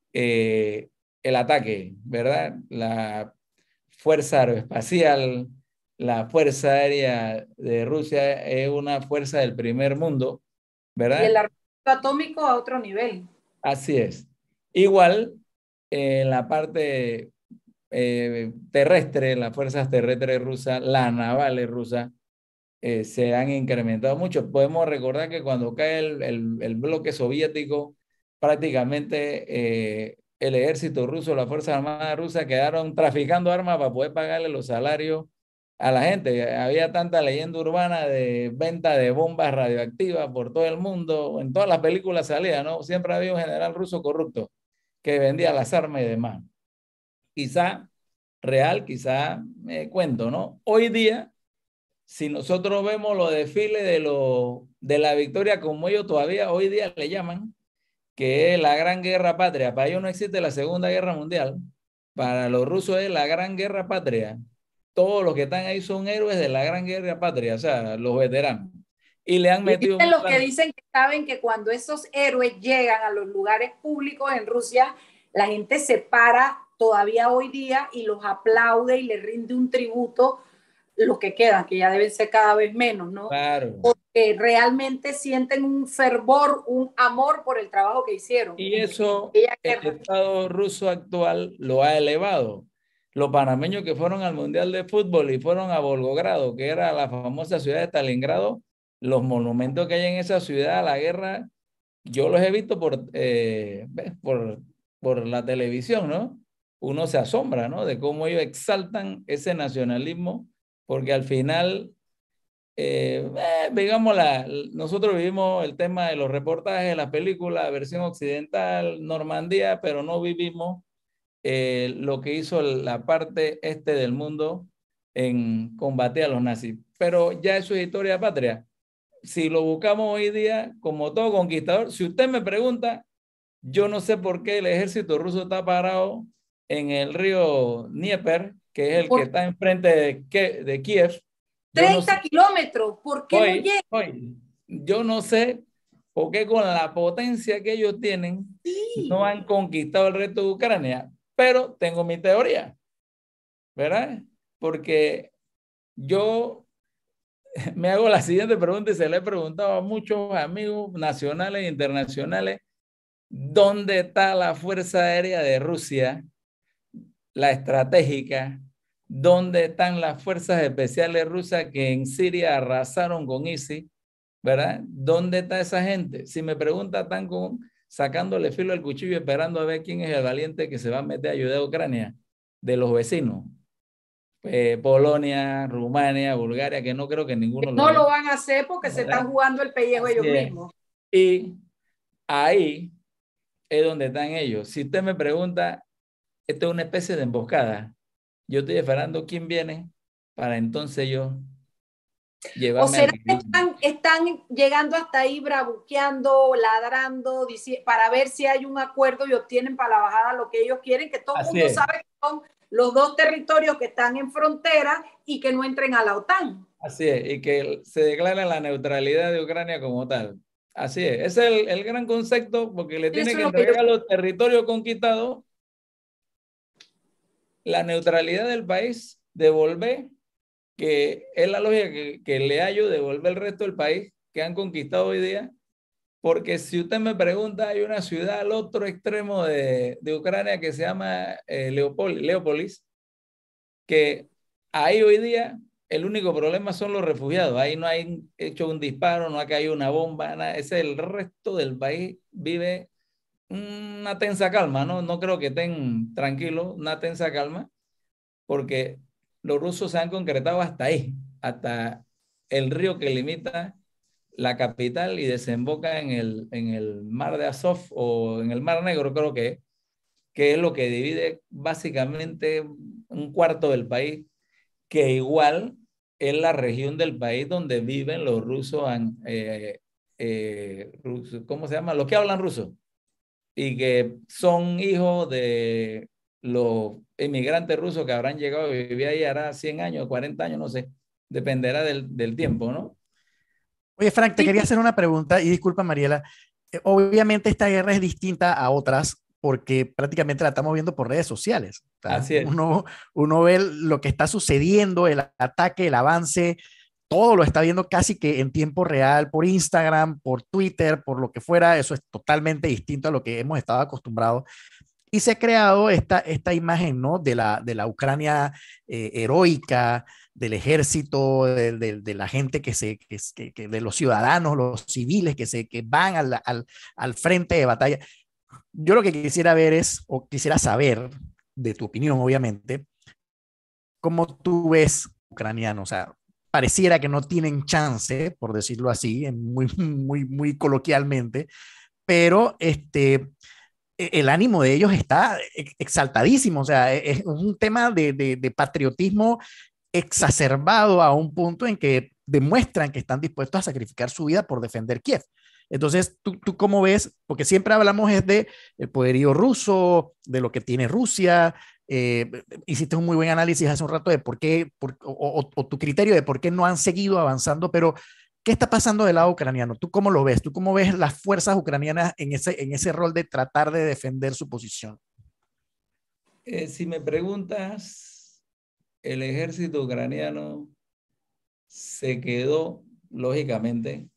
el ataque, ¿verdad? La Fuerza Aeroespacial, la Fuerza Aérea de Rusia es una fuerza del primer mundo, ¿verdad? Y el armamento atómico a otro nivel. Así es. Igual en la parte terrestre, las fuerzas terrestres rusas, las navales rusas, se han incrementado mucho. Podemos recordar que cuando cae el bloque soviético, prácticamente el ejército ruso, las Fuerzas Armadas rusas quedaron traficando armas para poder pagarle los salarios a la gente. Había tanta leyenda urbana de venta de bombas radioactivas por todo el mundo. En todas las películas salía, ¿no? Siempre había un general ruso corrupto que vendía las armas y demás. Quizá real, quizá cuento, ¿no? Hoy día, si nosotros vemos los desfiles de la victoria, como ellos todavía hoy día le llaman, que es la Gran Guerra Patria. Para ellos no existe la Segunda Guerra Mundial. Para los rusos es la Gran Guerra Patria. Todos los que están ahí son héroes de la Gran Guerra Patria, o sea, los veteranos. Y le han metido... Los que dicen que saben que cuando esos héroes llegan a los lugares públicos en Rusia, la gente se para todavía hoy día y los aplaude y les rinde un tributo, los que quedan, que ya deben ser cada vez menos, ¿no? Claro. Porque realmente sienten un fervor, un amor por el trabajo que hicieron. Y eso el Estado ruso actual lo ha elevado. Los panameños que fueron al Mundial de Fútbol y fueron a Volgogrado, que era la famosa ciudad de Stalingrado, los monumentos que hay en esa ciudad a la guerra, yo los he visto por la televisión, ¿no? Uno se asombra, ¿no? De cómo ellos exaltan ese nacionalismo, porque al final, digamos, nosotros vivimos el tema de los reportajes, la película, versión occidental, Normandía, pero no vivimos lo que hizo la parte este del mundo en combatir a los nazis. Pero ya eso es historia patria. Si lo buscamos hoy día, como todo conquistador, si usted me pregunta, yo no sé por qué el ejército ruso está parado en el río Dnieper, que es el que está enfrente de Kiev. 30 kilómetros, ¿por qué no llega? Yo no sé por qué con la potencia que ellos tienen, no han conquistado el resto de Ucrania, pero tengo mi teoría, ¿verdad? Porque yo me hago la siguiente pregunta y se le he preguntado a muchos amigos nacionales e internacionales, ¿dónde está la Fuerza Aérea de Rusia, la estratégica, ¿Dónde están las fuerzas especiales rusas que en Siria arrasaron con ISIS? ¿Verdad? ¿Dónde está esa gente? Si me pregunta, están sacándole filo al cuchillo esperando a ver quién es el valiente que se va a meter a ayudar a Ucrania, de los vecinos. Polonia, Rumania, Bulgaria, que no creo que ninguno lo No haga. lo van a hacer porque se están jugando el pellejo ellos mismos. Y ahí es donde están ellos. Si usted me pregunta, esto es una especie de emboscada. Yo estoy esperando quién viene para entonces yo llevarme. ¿O será que están llegando hasta ahí bravuqueando, ladrando, para ver si hay un acuerdo y obtienen para la bajada lo que ellos quieren? Que todo el mundo sabe que son los dos territorios que están en frontera y que no entren a la OTAN. Así es, y que se declara la neutralidad de Ucrania como tal. Así es, ese es el gran concepto, porque le tiene que entregar los territorios conquistados, la neutralidad del país, devolver, que es la lógica que le hallo, devolver el resto del país que han conquistado hoy día, porque si usted me pregunta, hay una ciudad al otro extremo de Ucrania que se llama Leópolis, que ahí hoy día el único problema son los refugiados. Ahí no hay hecho un disparo, no ha caído una bomba, nada. Ese el resto del país vive una tensa calma, ¿no? No creo que estén tranquilos, una tensa calma, porque los rusos se han concretado hasta ahí, hasta el río que limita la capital y desemboca en el mar de Azov o en el mar Negro, creo que es lo que divide básicamente un cuarto del país, que igual es la región del país donde viven los rusos, ¿cómo se llama? Los que hablan ruso y que son hijos de los inmigrantes rusos que habrán llegado a vivir ahí hará 100 años, 40 años, no sé, dependerá del tiempo, ¿no? Oye, Frank, te quería hacer una pregunta y disculpa, Mariela. Obviamente esta guerra es distinta a otras porque prácticamente la estamos viendo por redes sociales. Así es. Uno ve lo que está sucediendo, el ataque, el avance, todo lo está viendo casi que en tiempo real por Instagram, por Twitter, por lo que fuera. Eso es totalmente distinto a lo que hemos estado acostumbrados. Y se ha creado esta imagen, ¿no? de la Ucrania heroica, del ejército, de la gente de los ciudadanos, los civiles que van al frente de batalla. Yo lo que quisiera ver o quisiera saber, de tu opinión, obviamente, cómo tú ves ucranianos. O sea, pareciera que no tienen chance, por decirlo así, muy, muy, muy coloquialmente, pero el ánimo de ellos está exaltadísimo. O sea, es un tema de patriotismo exacerbado a un punto en que demuestran que están dispuestos a sacrificar su vida por defender Kiev. Entonces, ¿tú cómo ves? Porque siempre hablamos es de el poderío ruso, de lo que tiene Rusia. Hiciste un muy buen análisis hace un rato de por qué, o tu criterio de por qué no han seguido avanzando, pero ¿qué está pasando del lado ucraniano? ¿Tú cómo lo ves? ¿Tú cómo ves las fuerzas ucranianas en ese rol de tratar de defender su posición? Si me preguntas, el ejército ucraniano se quedó, lógicamente,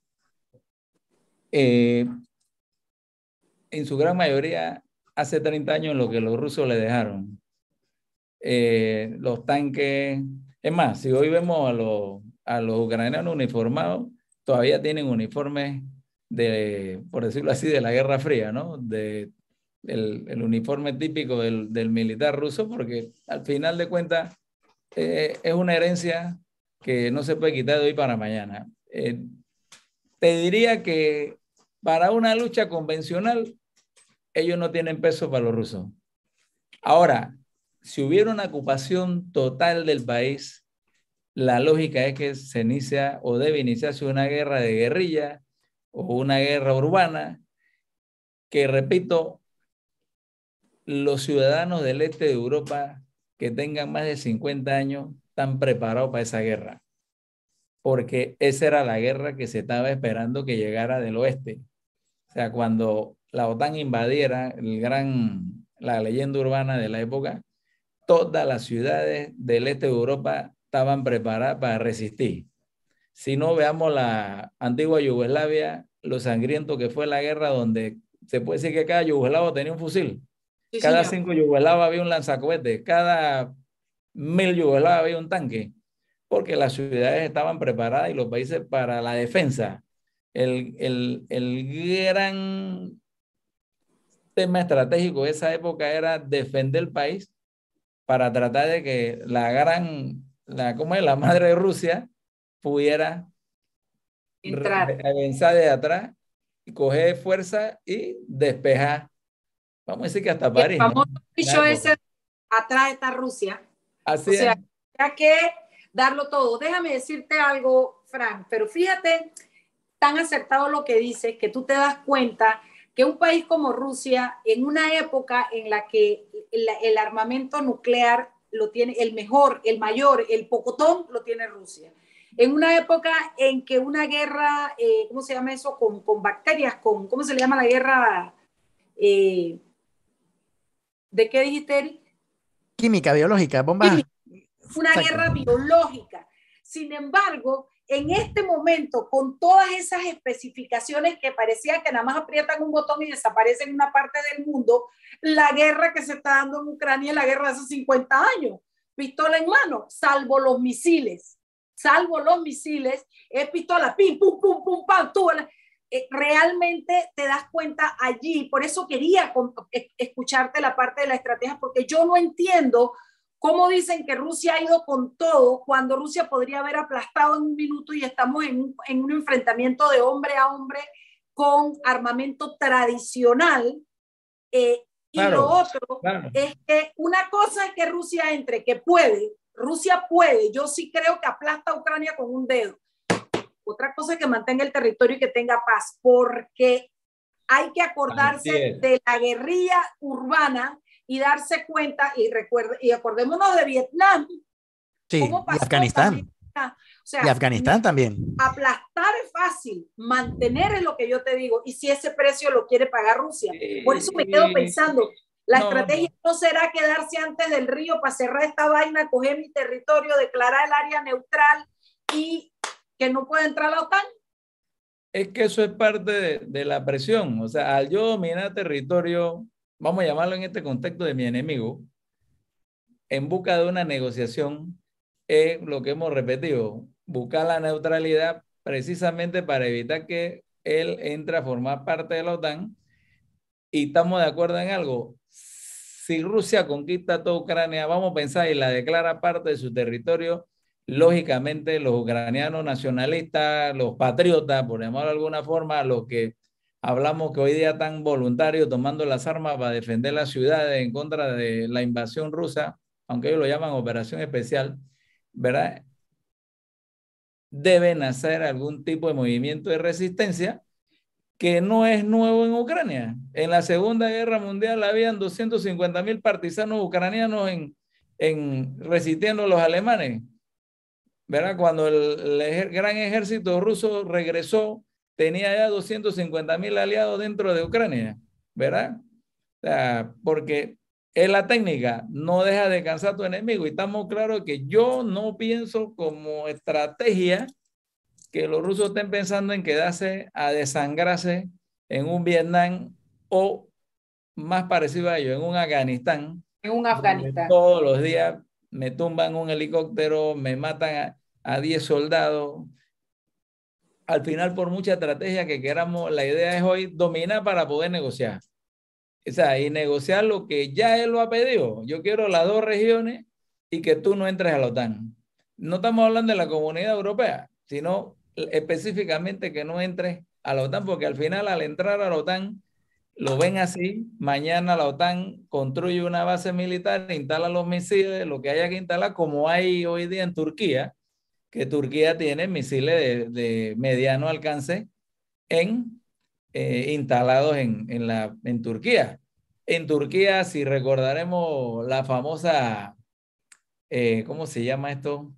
en su gran mayoría hace 30 años lo que los rusos le dejaron. Los tanques, es más, si hoy vemos a los ucranianos uniformados, todavía tienen uniformes por decirlo así, de la Guerra Fría, ¿no? El uniforme típico del militar ruso, porque al final de cuentas es una herencia que no se puede quitar de hoy para mañana. Te diría que para una lucha convencional, ellos no tienen peso para los rusos. Ahora, si hubiera una ocupación total del país, la lógica es que se inicia o debe iniciarse una guerra de guerrilla o una guerra urbana que, repito, los ciudadanos del este de Europa que tengan más de 50 años están preparados para esa guerra, porque esa era la guerra que se estaba esperando que llegara del oeste. O sea, cuando la OTAN invadiera la leyenda urbana de la época, todas las ciudades del este de Europa estaban preparadas para resistir. Si no, veamos la antigua Yugoslavia, lo sangriento que fue la guerra, donde se puede decir que cada yugoslavo tenía un fusil. Sí, cada 5 yugoslavos había un lanzacohetes. Cada 1000 yugoslavos había un tanque, porque las ciudades estaban preparadas y los países para la defensa. El gran tema estratégico de esa época era defender el país para tratar de que ¿cómo es? La madre de Rusia pudiera avanzar de atrás y coger fuerza y despejar. Vamos a decir que hasta París, el famoso ¿no? dicho ese, atrás está Rusia. Así o sea, es. hay que darlo todo. Déjame decirte algo, Frank, pero fíjate, tan acertado lo que dices, que tú te das cuenta que un país como Rusia, en una época en la que el armamento nuclear lo tiene el mejor, el mayor, el pocotón, lo tiene Rusia. En una época en que una guerra, ¿cómo se llama eso? Con bacterias, ¿cómo se le llama la guerra? ¿De qué dijiste, Eric? Química, biológica, bombas. Una guerra biológica. Sin embargo, en este momento, con todas esas especificaciones que parecía que nada más aprietan un botón y desaparecen en una parte del mundo, la guerra que se está dando en Ucrania es la guerra de hace 50 años, pistola en mano, salvo los misiles, es pistola, pim, pum, pum, pum, pam, tú, realmente te das cuenta allí, por eso quería escucharte la parte de la estrategia, porque yo no entiendo cómo dicen que Rusia ha ido con todo cuando Rusia podría haber aplastado en un minuto y estamos en un enfrentamiento de hombre a hombre con armamento tradicional. Y lo otro es que una cosa es que Rusia entre, que Rusia puede, yo sí creo que aplasta a Ucrania con un dedo. Otra cosa es que mantenga el territorio y que tenga paz, porque hay que acordarse de la guerrilla urbana y darse cuenta, y acordémonos de Vietnam. Sí, ¿Cómo pasó y Afganistán. O sea, y Afganistán también. Aplastar es fácil, mantener es lo que yo te digo, y si ese precio lo quiere pagar Rusia. Por eso me quedo pensando, la estrategia no será quedarse antes del río para cerrar esta vaina, coger mi territorio, declarar el área neutral y que no puede entrar la OTAN. Es que eso es parte de la presión. O sea, al yo dominar territorio, vamos a llamarlo en este contexto de mi enemigo, en busca de una negociación, es lo que hemos repetido, buscar la neutralidad precisamente para evitar que él entre a formar parte de la OTAN. Y estamos de acuerdo en algo. Si Rusia conquista toda Ucrania, vamos a pensar y la declara parte de su territorio, lógicamente los ucranianos nacionalistas, los patriotas, por llamarlo de alguna forma, los que hablamos que hoy día están voluntarios tomando las armas para defender las ciudades en contra de la invasión rusa, aunque ellos lo llaman operación especial, ¿verdad? Deben hacer algún tipo de movimiento de resistencia que no es nuevo en Ucrania. En la Segunda Guerra Mundial habían 250,000 partisanos ucranianos resistiendo a los alemanes. ¿Verdad? Cuando el gran ejército ruso regresó, tenía ya 250,000 aliados dentro de Ucrania. ¿Verdad? O sea, porque es la técnica, no deja de cansar a tu enemigo. Y estamos claros que yo no pienso como estrategia que los rusos estén pensando en quedarse a desangrarse en un Vietnam o más parecido a ello, en un Afganistán. En un Afganistán. Todos los días me tumban un helicóptero, me matan a 10 soldados. Al final, por mucha estrategia que queramos, la idea es hoy dominar para poder negociar. O sea, y negociar lo que ya él lo ha pedido. Yo quiero las 2 regiones y que tú no entres a la OTAN. No estamos hablando de la Comunidad Europea, sino específicamente que no entres a la OTAN, porque al final al entrar a la OTAN lo ven así, mañana la OTAN construye una base militar, instala los misiles, lo que haya que instalar, como hay hoy día en Turquía, que Turquía tiene misiles de mediano alcance instalados en Turquía. En Turquía, si recordaremos la famosa, ¿cómo se llama esto?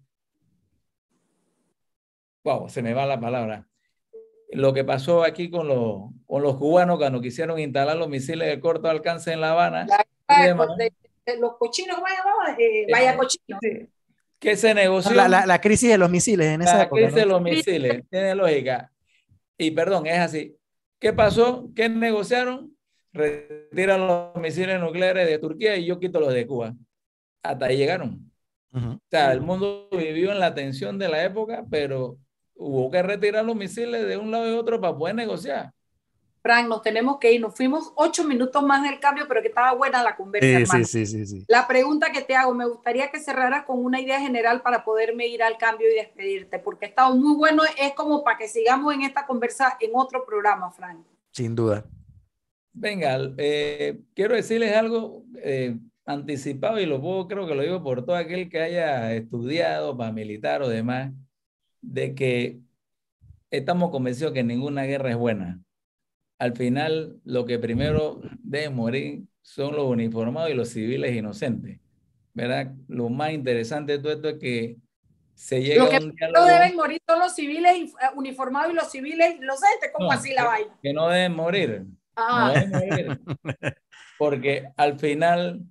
Wow, se me va la palabra. Lo que pasó aquí con los cubanos cuando quisieron instalar los misiles de corto alcance en La Habana. De los cochinos, vaya cochinos. Sí. Que se negoció. La crisis de los misiles en esa época. La crisis de los misiles, tiene lógica. Y perdón, es así. ¿Qué pasó? ¿Qué negociaron? Retiran los misiles nucleares de Turquía y yo quito los de Cuba. Hasta ahí llegaron. Ujú. O sea, el mundo vivió en la tensión de la época, pero hubo que retirar los misiles de un lado y otro para poder negociar. Frank, nos tenemos que ir. Nos fuimos 8 minutos más del cambio, pero que estaba buena la conversa, Sí, sí, hermano. sí, sí, sí. La pregunta que te hago, me gustaría que cerraras con una idea general para poderme ir al cambio y despedirte, porque ha estado muy bueno. Es como para que sigamos en esta conversa en otro programa, Frank. Sin duda. Venga, quiero decirles algo anticipado y creo que lo digo por todo aquel que haya estudiado para militar o demás, de que estamos convencidos que ninguna guerra es buena. Al final, lo que primero debe morir son los uniformados y los civiles inocentes, ¿verdad? Lo más interesante de todo esto es que se Lo llega a que un no diálogo. deben morir son los civiles uniformados y los civiles inocentes. ¿Cómo No, así la vaina? que no deben morir, no Ah, deben morir, porque al final,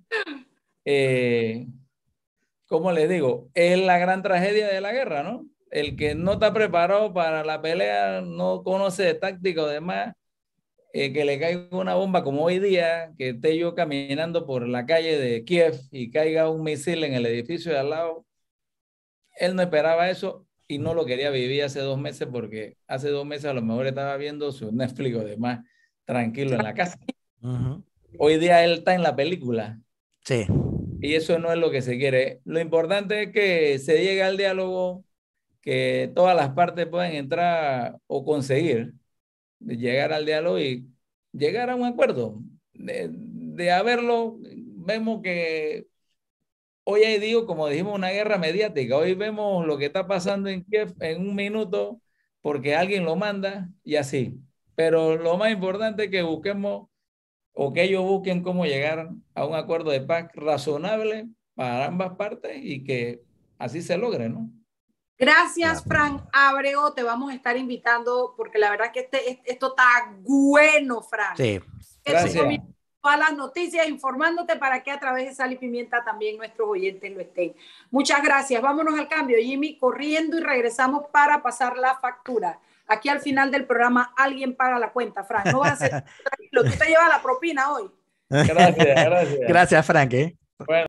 eh, ¿cómo les digo? Es la gran tragedia de la guerra, ¿no? El que no está preparado para la pelea, no conoce de táctica o demás, que le caiga una bomba como hoy día, que esté yo caminando por la calle de Kiev y caiga un misil en el edificio de al lado, él no esperaba eso y no lo quería vivir hace 2 meses porque hace 2 meses a lo mejor estaba viendo su Netflix o demás tranquilo en la casa. Ujú. Hoy día él está en la película Sí. y eso no es lo que se quiere. Lo importante es que se llegue al diálogo, que todas las partes puedan entrar o conseguir llegar al diálogo y llegar a un acuerdo. De haberlo, vemos que hoy hay, digo, como dijimos, una guerra mediática. Hoy vemos lo que está pasando en Kiev en un minuto porque alguien lo manda y así. Pero lo más importante es que busquemos o que ellos busquen cómo llegar a un acuerdo de paz razonable para ambas partes y que así se logre, ¿no? gracias, Claro. Frank Abrego. Te vamos a estar invitando porque la verdad que esto está bueno, Frank. Sí, Que tú sí. Gracias. comienzas todas las noticias informándote para que a través de Sal y Pimienta también nuestros oyentes lo estén. Muchas gracias. Vámonos al cambio, Jimmy, corriendo y regresamos para pasar la factura. Aquí al final del programa alguien paga la cuenta, Frank. No vas a ser tranquilo, tú te llevas la propina hoy. Gracias, gracias. Gracias, Frank, ¿eh? Bueno.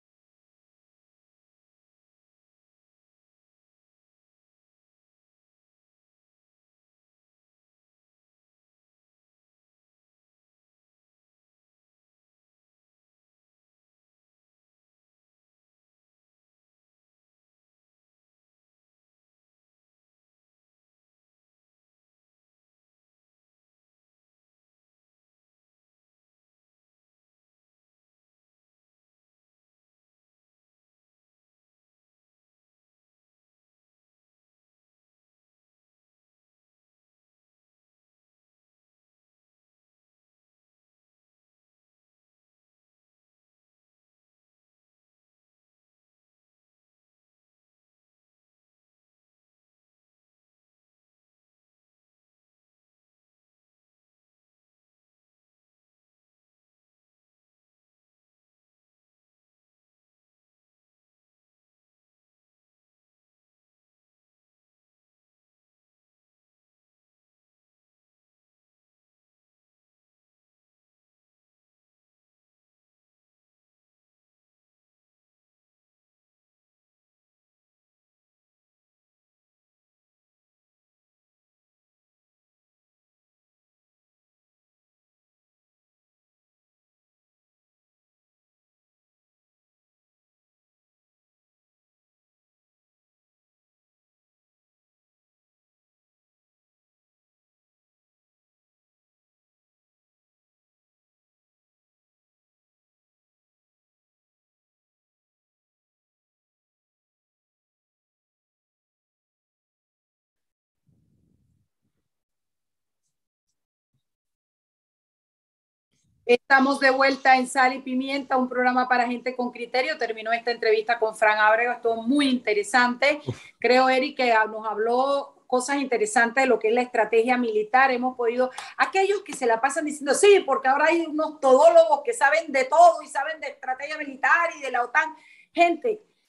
Estamos de vuelta en Sal y Pimienta, un programa para gente con criterio. Terminó esta entrevista con Fran Abrego, estuvo muy interesante. Creo, Eric, que nos habló cosas interesantes de lo que es la estrategia militar. Hemos podido, aquellos que se la pasan diciendo, sí, porque ahora hay unos todólogos que saben de todo y saben de estrategia militar y de la OTAN. Gente,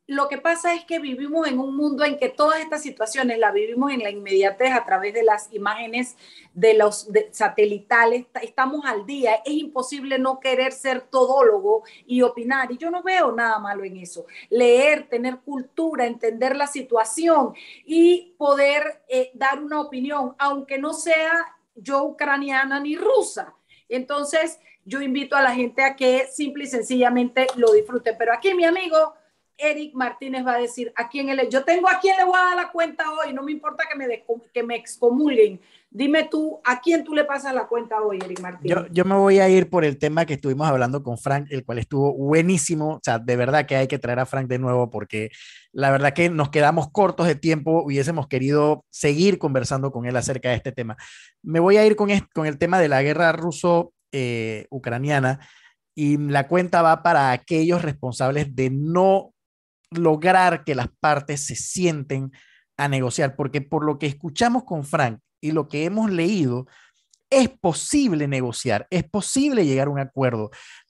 lo que pasa es que vivimos en un mundo en que todas estas situaciones las vivimos en la inmediatez a través de las imágenes de los satelitales. Estamos al día. Es imposible no querer ser todólogo y opinar. Y yo no veo nada malo en eso. Leer, tener cultura, entender la situación y poder dar una opinión, aunque no sea yo ucraniana ni rusa. Entonces, yo invito a la gente a que simple y sencillamente lo disfruten. Pero aquí mi amigo Eric Martínez va a decir a quién yo tengo a quién le voy a dar la cuenta hoy, no me importa que me excomulguen. Dime tú, ¿a quién tú le pasas la cuenta hoy, Eric Martínez? Yo me voy a ir por el tema que estuvimos hablando con Frank, el cual estuvo buenísimo. O sea, de verdad que hay que traer a Frank de nuevo porque la verdad que nos quedamos cortos de tiempo, hubiésemos querido seguir conversando con él acerca de este tema. Me voy a ir con el tema de la guerra ruso-ucraniana y la cuenta va para aquellos responsables de no lograr que las partes se sienten a negociar, porque por lo que escuchamos con Frank y lo que hemos leído, es posible negociar, es posible llegar a un acuerdo.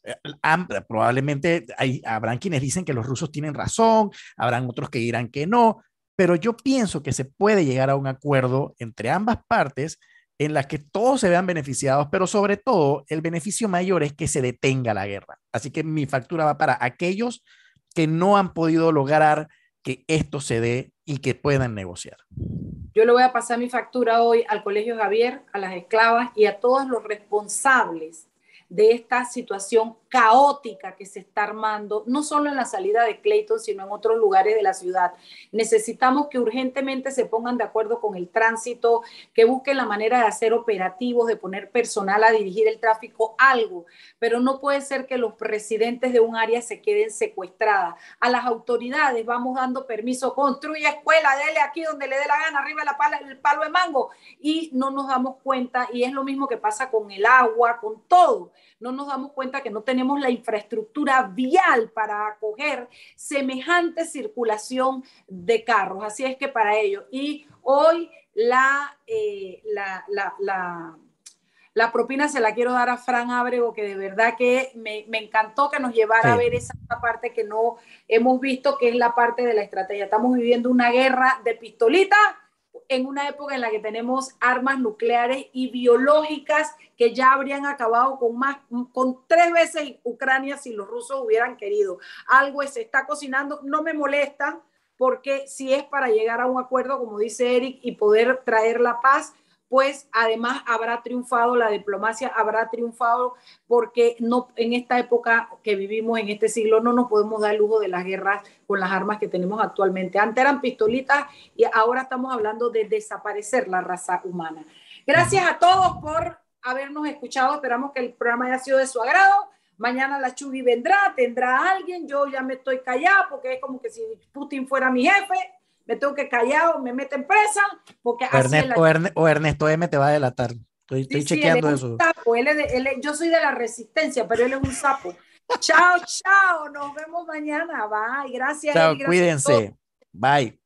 Probablemente habrán quienes dicen que los rusos tienen razón, habrán otros que dirán que no, pero yo pienso que se puede llegar a un acuerdo entre ambas partes en la que todos se vean beneficiados, pero sobre todo el beneficio mayor es que se detenga la guerra. Así que mi factura va para aquellos que no han podido lograr que esto se dé y que puedan negociar. Yo le voy a pasar mi factura hoy al Colegio Javier, a las esclavas y a todos los responsables de esta situación caótica que se está armando, no solo en la salida de Clayton, sino en otros lugares de la ciudad. Necesitamos que urgentemente se pongan de acuerdo con el tránsito, que busquen la manera de hacer operativos, de poner personal a dirigir el tráfico, algo, pero no puede ser que los residentes de un área se queden secuestradas. A las autoridades vamos dando permiso, construye escuela, dele aquí donde le dé la gana, arriba el palo de mango, y no nos damos cuenta, y es lo mismo que pasa con el agua, con todo. No nos damos cuenta que no tenemos la infraestructura vial para acoger semejante circulación de carros. Así es que para ello. Y hoy la propina se la quiero dar a Fran Ábrego, que de verdad que me encantó que nos llevara a ver esa parte que no hemos visto, que es la parte de la estrategia. Estamos viviendo una guerra de pistolitas en una época en la que tenemos armas nucleares y biológicas que ya habrían acabado con 3 veces Ucrania si los rusos hubieran querido. Algo se está cocinando, no me molesta, porque si es para llegar a un acuerdo, como dice Eric, y poder traer la paz, pues además habrá triunfado la diplomacia, habrá triunfado, porque no, en esta época que vivimos, en este siglo, no nos podemos dar el lujo de las guerras con las armas que tenemos actualmente. Antes eran pistolitas y ahora estamos hablando de desaparecer la raza humana. Gracias a todos por habernos escuchado. Esperamos que el programa haya sido de su agrado. Mañana la Chugui vendrá, tendrá a alguien. Yo ya me estoy callada porque es como que si Putin fuera mi jefe. Me tengo que callar o me meten presa, porque así es o Ernesto M te va a delatar. Estoy chequeando eso. Sapo. Yo soy de la resistencia, pero él es un sapo. Chao, chao. Nos vemos mañana. Bye. Gracias. Chao, Eli, gracias cuídense. Bye.